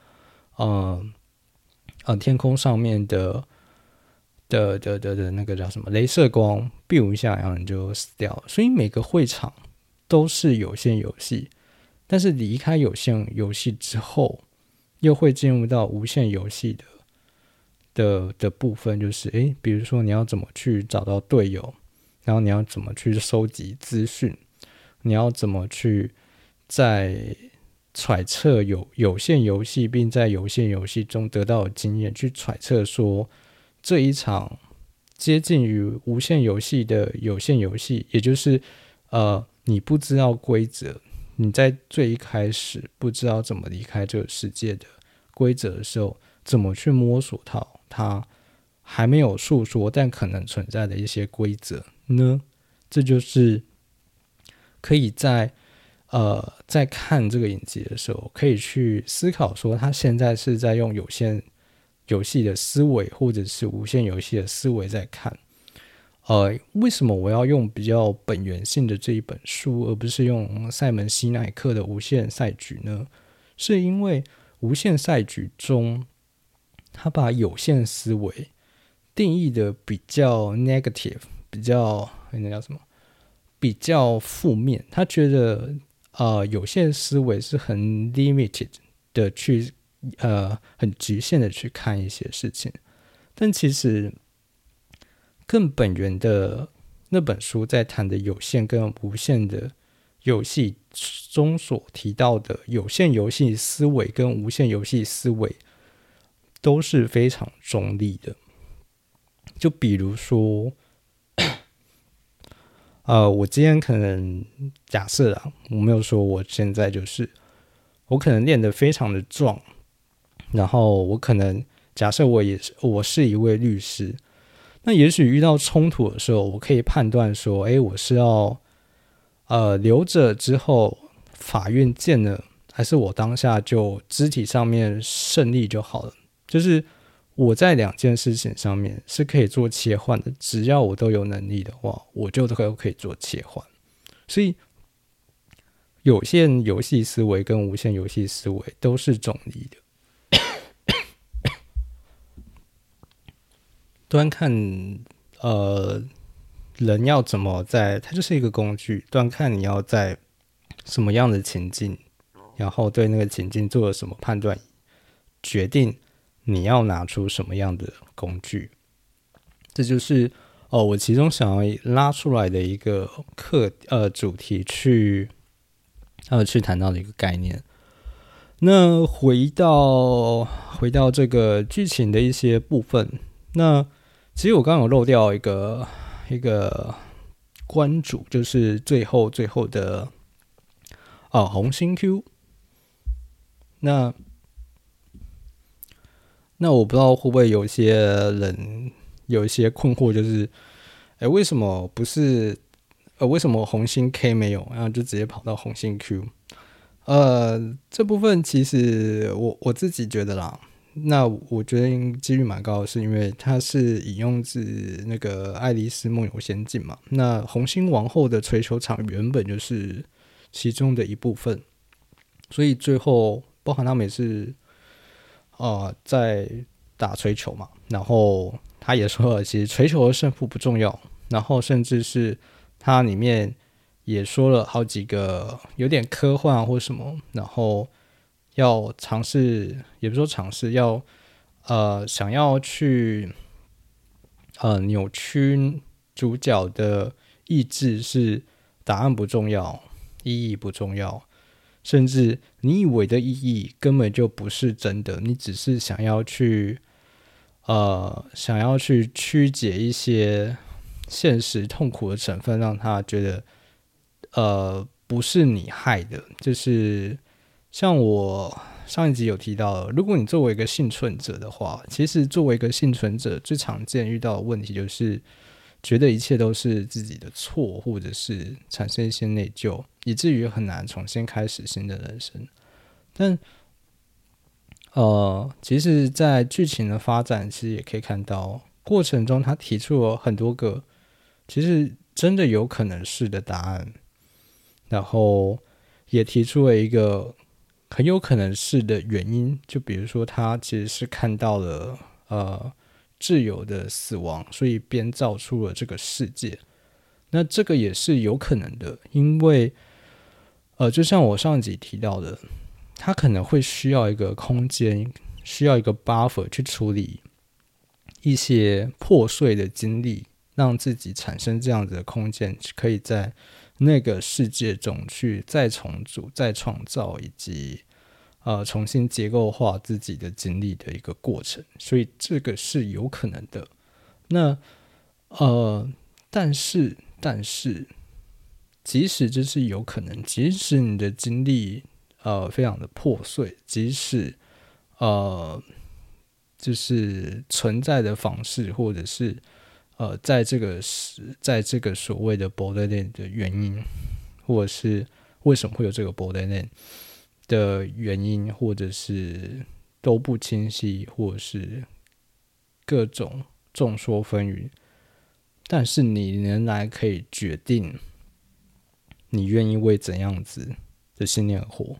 天空上面的那个叫什么雷射光 biu 一下，然后你就死掉了。所以每个会场都是有限游戏，但是离开有限游戏之后，又会进入到无限游戏的部分，就是比如说你要怎么去找到队友，然后你要怎么去收集资讯，你要怎么去在揣测有限游戏，并在有限游戏中得到的经验，去揣测说这一场接近于无限游戏的有限游戏，也就是你不知道规则，你在最一开始不知道怎么离开这个世界的规则的时候，怎么去摸索到它还没有诉说但可能存在的一些规则呢？这就是可以在看这个影集的时候，可以去思考说，他现在是在用有限游戏的思维，或者是无限游戏的思维在看。为什么我要用比较本源性的这一本书，而不是用塞门西奈克的无限赛局呢？是因为无限赛局中，他把有限思维定义的比较 negative， 比较那叫什么？比较负面。他觉得有限思维是很 limited 的去很局限的去看一些事情，但其实更本源的那本书在谈的有限跟无限的游戏中所提到的有限游戏思维跟无限游戏思维都是非常中立的。就比如说我今天可能假设我没有说我现在就是我可能练得非常的壮，然后我可能假设我是一位律师，那也许遇到冲突的时候，我可以判断说，我是要留着之后法院见了，还是我当下就肢体上面胜利就好了。就是我在两件事情上面是可以做切换的，只要我都有能力的话，我就都可以做切换。所以有限游戏思维跟无限游戏思维都是中立的。端看人要怎么它就是一个工具，端看你要在什么样的情境，然后对那个情境做了什么判断，决定你要拿出什么样的工具。这就是我其中想要拉出来的一个主题去谈到的一个概念。那回到这个剧情的一些部分，那其实我刚刚有漏掉一个关主，就是最后的红心 Q。那我不知道会不会有些人有一些困惑，就是为什么不是为什么红心 K 没有，然后就直接跑到红心 Q？ 这部分其实我自己觉得啦，那我觉得几率蛮高的，是因为它是引用自那个《爱丽丝梦游仙境》嘛。那红心王后的锤球场原本就是其中的一部分，所以最后包含他们也是在打锤球嘛，然后他也说了，其实锤球的胜负不重要，然后甚至是它里面也说了好几个有点科幻或什么，然后要尝试，也不是说尝试，要想要去扭曲主角的意志，是答案不重要，意义不重要，甚至你以为的意义根本就不是真的，你只是想要去曲解一些现实痛苦的成分，让他觉得不是你害的。就是像我上一集有提到的，如果你作为一个幸存者的话，其实作为一个幸存者最常见遇到的问题就是觉得一切都是自己的错，或者是产生一些内疚，以至于很难重新开始新的人生。但其实在剧情的发展其实也可以看到，过程中他提出了很多个其实真的有可能是的答案，然后也提出了一个很有可能是的原因，就比如说他其实是看到了挚友的死亡，所以编造出了这个世界。那这个也是有可能的，因为就像我上集提到的，他可能会需要一个空间，需要一个 buffer 去处理一些破碎的经历，让自己产生这样子的空间，可以在那个世界中去再重组、再创造，以及重新结构化自己的经历的一个过程，所以这个是有可能的。那但是，即使这是有可能，即使你的经历非常的破碎，即使就是存在的方式，或者是在这个所谓的 borderline 的原因，或者是为什么会有这个 borderline 的原因，或者是都不清晰，或者是各种众说纷纭，但是你仍然可以决定你愿意为怎样子的信念而活。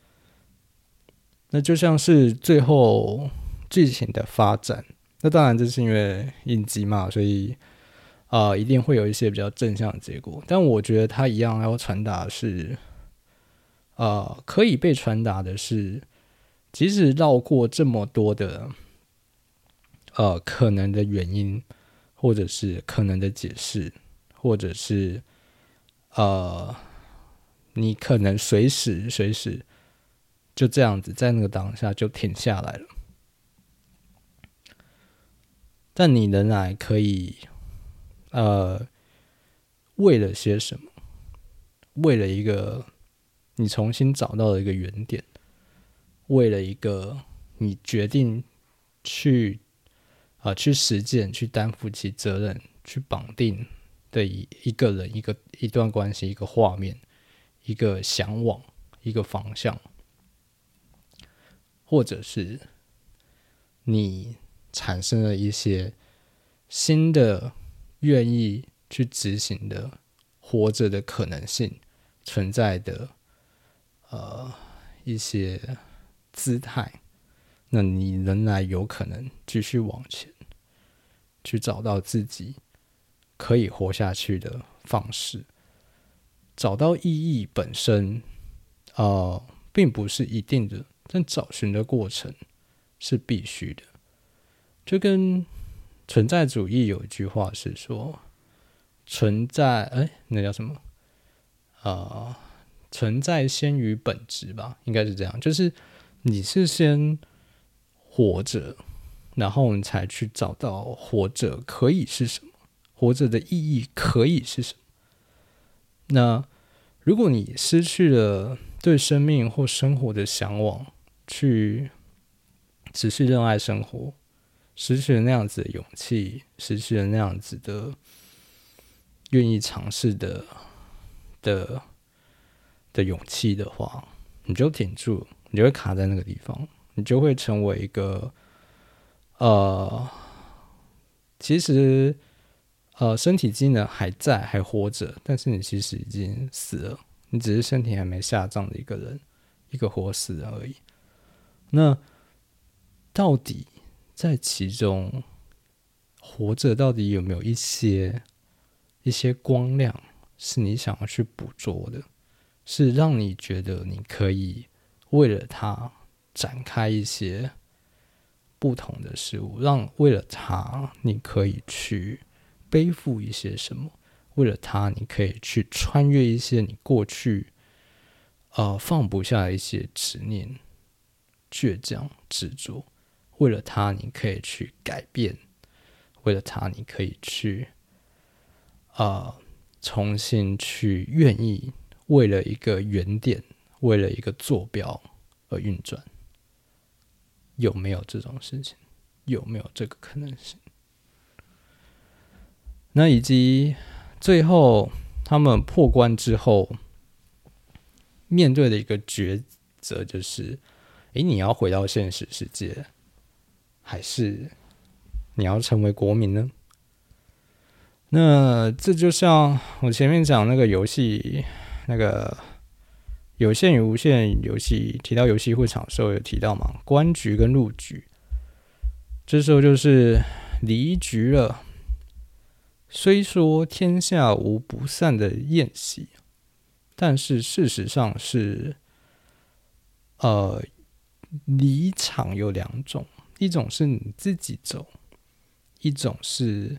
那就像是最后剧情的发展，那当然这是因为影集嘛，所以一定会有一些比较正向的结果，但我觉得它一样要传达的是可以被传达的是，即使绕过这么多的可能的原因，或者是可能的解释，或者是你可能随时就这样子在那个当下就停下来了，但你仍然可以为了些什么，为了一个你重新找到的一个原点，为了一个你决定去实践，去担负起责任，去绑定的一个人、一段关系、一个画面、一个向往、一个方向，或者是你产生了一些新的愿意去执行的活着的可能性存在的一些姿态，那你仍然有可能继续往前，去找到自己可以活下去的方式。找到意义本身并不是一定的，但找寻的过程是必须的。就跟存在主义有一句话是说，存在那叫什么存在先于本质吧，应该是这样，就是你是先活着，然后你才去找到活着可以是什么，活着的意义可以是什么。那如果你失去了对生命或生活的向往，去持续热爱生活，失去了那样子的勇气，失去了那样子的愿意尝试的勇气的话，你就挺住，你就会卡在那个地方，你就会成为一个其实身体机能还在，还活着，但是你其实已经死了，你只是身体还没下葬的一个人，一个活死人而已。那到底在其中活着，到底有没有一些光亮是你想要去捕捉的，是让你觉得你可以为了它展开一些不同的事物，为了它你可以去背负一些什么，为了它你可以去穿越一些你过去放不下的一些执念、倔强、执着，为了它你可以去改变，为了它你可以去重新去愿意为了一个原点，为了一个坐标而运转。有没有这种事情？有没有这个可能性？那以及最后他们破关之后面对的一个抉择，就是你要回到现实世界，还是你要成为国民呢？那这就像我前面讲那个游戏，那个有限与无限游戏，提到游戏会场的时候有提到嘛，官局跟入局，这时候就是离局了。虽说天下无不散的宴席，但是事实上是，离场有两种，一种是你自己走，一种是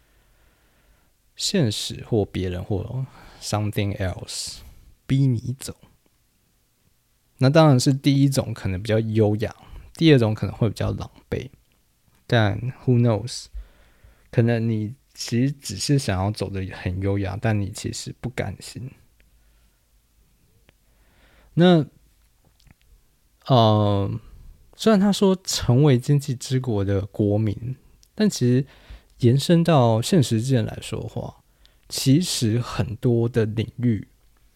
现实或别人或 something else 逼你走。那当然是第一种可能比较优雅，第二种可能会比较狼狈。但 who knows， 可能你其实只是想要走得很优雅，但你其实不甘心。那虽然他说成为经济之国的国民，但其实延伸到现实界来说的话，其实很多的领域，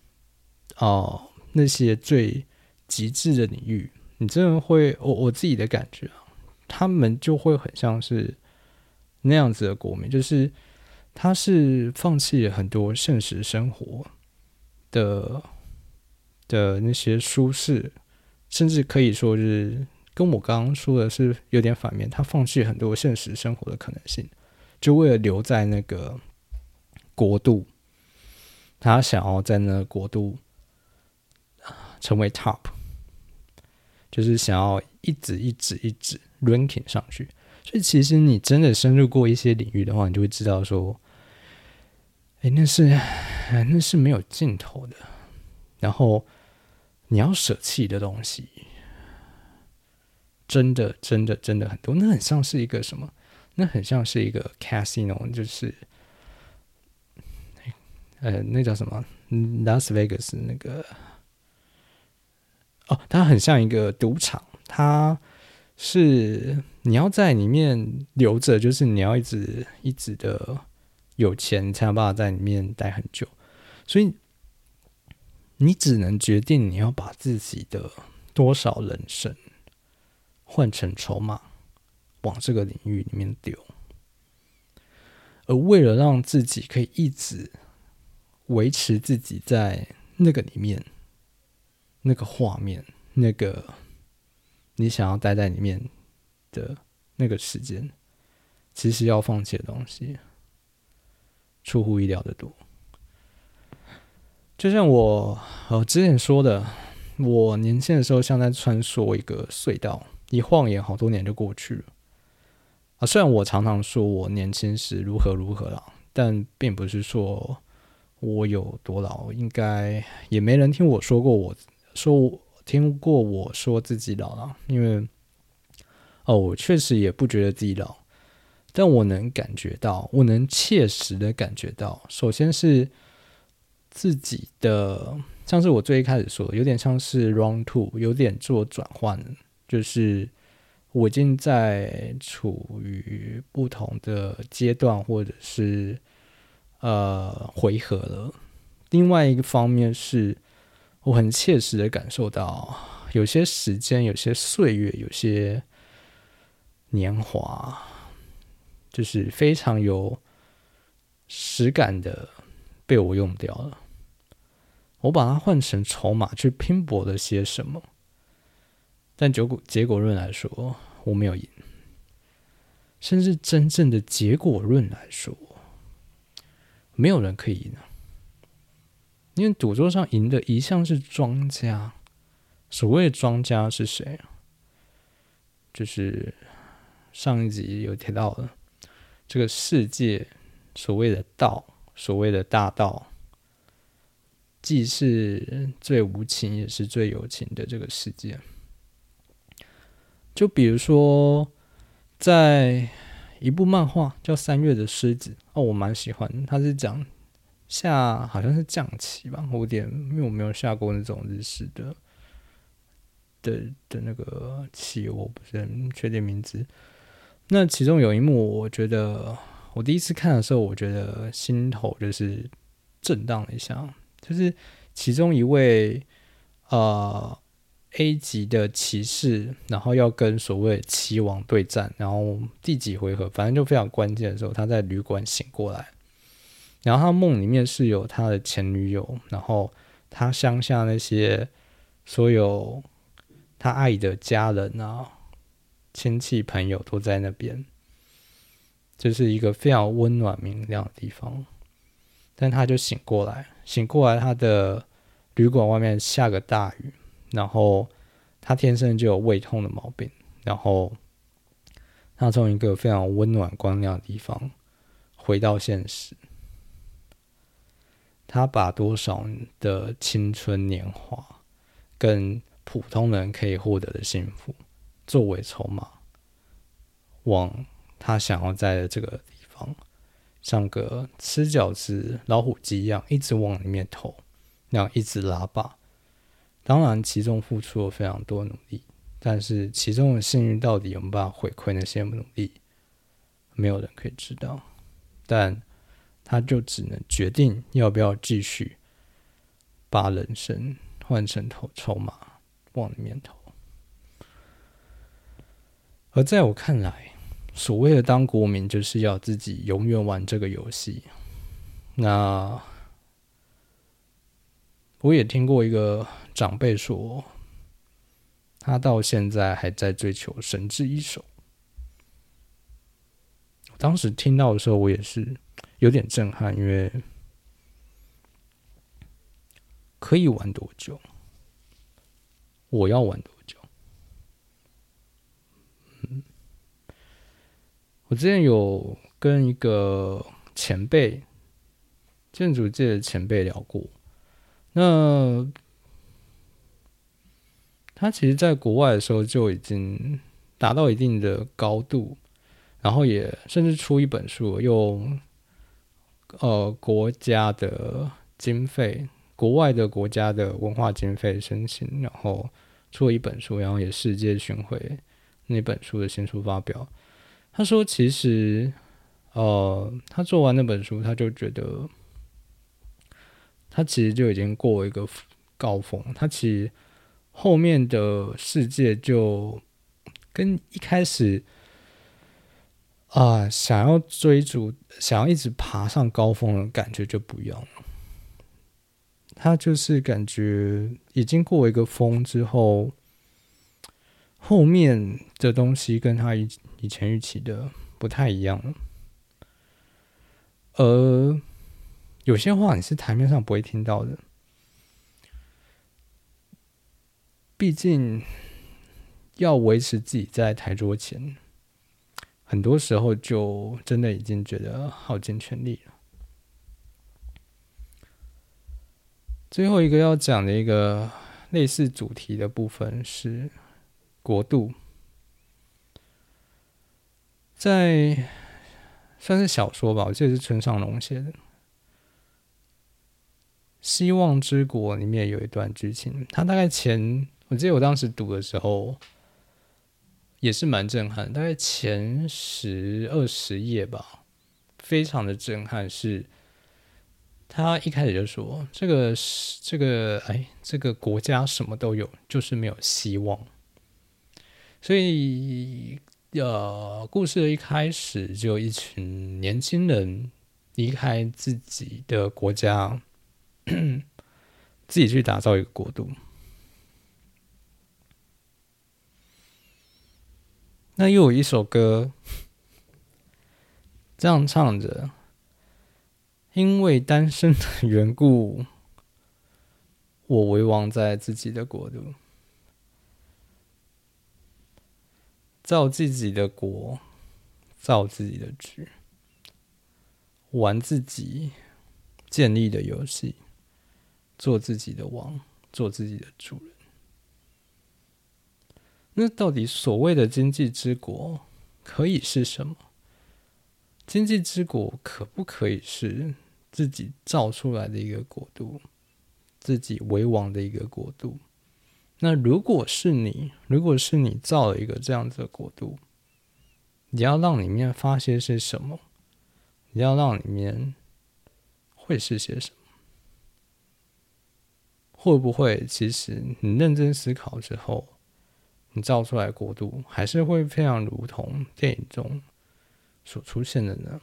那些最极致的领域，你真的会，我自己的感觉啊，他们就会很像是那样子的国民，就是他是放弃了很多现实生活的那些舒适，甚至可以说是跟我刚刚说的是有点反面，他放弃很多现实生活的可能性，就为了留在那个国度，他想要在那个国度成为 top， 就是想要一直 ranking 上去。所以其实你真的深入过一些领域的话，你就会知道说，那是没有尽头的。然后你要舍弃的东西，真的很多。那很像是一个什么？那很像是一个 casino， 就是那叫什么？拉斯维加斯那个它很像一个赌场，它是你要在里面留着，就是你要一直的有钱，你才有办法在里面待很久。所以你只能决定你要把自己的多少人生换成筹码，往这个领域里面丢。而为了让自己可以一直维持自己在那个里面，那个画面，那个你想要待在里面的那个时间，其实要放弃的东西出乎意料的多。就像我之前说的，我年轻的时候像在穿梭一个隧道，一晃眼好多年就过去了。虽然我常常说我年轻时如何啦，但并不是说我有多老，应该也没人听我说过我说自己老了，因为我确实也不觉得自己老，但我能感觉到，我能切实的感觉到，首先是自己的，像是我最一开始说的，有点像是 round two， 有点做转换，就是我已经在处于不同的阶段或者是回合了。另外一个方面是我很切实的感受到，有些时间，有些岁月，有些年华，就是非常有实感的被我用掉了。我把它换成筹码去拼搏了些什么，但结果论来说，我没有赢。甚至真正的结果论来说，没有人可以赢。因为赌桌上赢的一向是庄家。所谓的庄家是谁？就是上一集有提到的，这个世界所谓的道，所谓的大道，既是最无情也是最有情的这个世界。就比如说在一部漫画叫《3月的狮子》，我蛮喜欢的，它是讲好像是降旗吧，因为我没有下过那种日式的那个旗，我不是很确定名字。那其中有一幕，我觉得我第一次看的时候，我觉得心头就是震荡了一下，就是其中一位 A 级的骑士，然后要跟所谓的棋王对战，然后第几回合，反正就非常关键的时候，他在旅馆醒过来，然后他梦里面是有他的前女友，然后他乡下那些所有他爱的家人啊、亲戚朋友都在那边，这是一个非常温暖明亮的地方。但他就醒过来，他的旅馆外面下个大雨，然后他天生就有胃痛的毛病，然后他从一个非常温暖光亮的地方回到现实，他把多少的青春年华跟普通人可以获得的幸福作为筹码，往他想要在的这个地方，像个吃饺子老虎机一样，一直往里面投，那样一直拉拔。当然，其中付出了非常多努力，但是其中的幸运到底有没有办法回馈那些努力，没有人可以知道。但他就只能决定要不要继续把人生换成筹码往里面投。而在我看来，所谓的当国民，就是要自己永远玩这个游戏。那我也听过一个长辈说，他到现在还在追求神之一手。我当时听到的时候，我也是有点震撼，因为可以玩多久？我要玩多久？我之前有跟一个前辈，建筑界的前辈聊过，那他其实在国外的时候就已经达到一定的高度，然后也甚至出一本书，用国家的经费，国外的国家的文化经费申请，然后出了一本书，然后也世界巡回那本书的新书发表。他说，其实他做完那本书，他就觉得他其实就已经过了一个高峰，他其实后面的世界就跟一开始想要追逐、想要一直爬上高峰的感觉就不一样了。他就是感觉已经过了一个峰之后，后面的东西跟他以前预期的不太一样了。而有些话你是台面上不会听到的，毕竟要维持自己在台桌前，很多时候就真的已经觉得耗尽全力了。最后一个要讲的一个类似主题的部分是国度，在算是小说吧，我记得是村上隆写的《希望之国》里面有一段剧情，他大概我记得我当时读的时候也是蛮震撼，大概前10-20页吧，非常的震撼。是他一开始就说这个国家什么都有，就是没有希望。所以故事的一开始就一群年轻人离开自己的国家，自己去打造一个国度。那又有一首歌这样唱着，因为单身的缘故，我为王在自己的国度，造自己的国，造自己的局，玩自己建立的游戏，做自己的王，做自己的主人。那到底所谓的经济之国可以是什么？经济之国可不可以是自己造出来的一个国度，自己为王的一个国度？那如果是你造了一个这样子的国度，你要让里面发些些什么？你要让里面会是些什么？ 会不会其实你认真思考之后，你造出来的国度还是会非常如同电影中所出现的呢？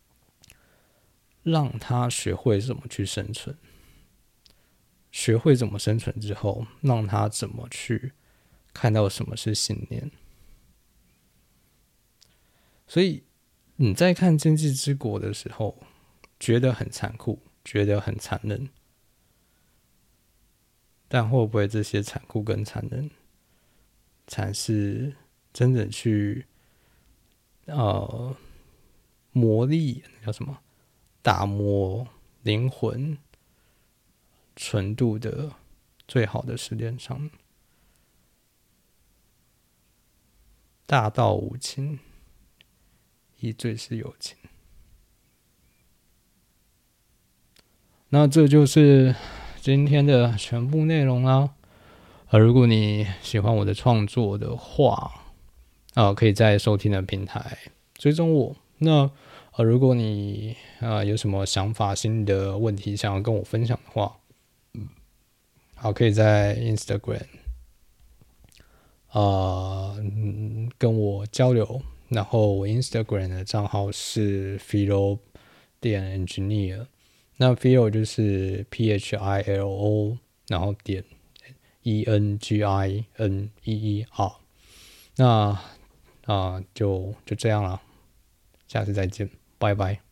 让他学会怎么去生存，学会怎么生存之后，让他怎么去看到什么是信念。所以你在看《经济之国》的时候，觉得很残酷，觉得很残忍，但会不会这些残酷跟残忍，才是真正去磨砺叫什么？打磨灵魂纯度的最好的试炼场？大道无情，亦最是有情。那这就是今天的全部内容啦。如果你喜欢我的创作的话，可以在收听的平台追踪我。那如果你有什么想法、新的问题想要跟我分享的话，好，可以在 Instagram 跟我交流。然后我 Instagram 的账号是 philo engineer， 那 philo 就是 philo， 然后点 engineer。那就这样了，下次再见，拜拜。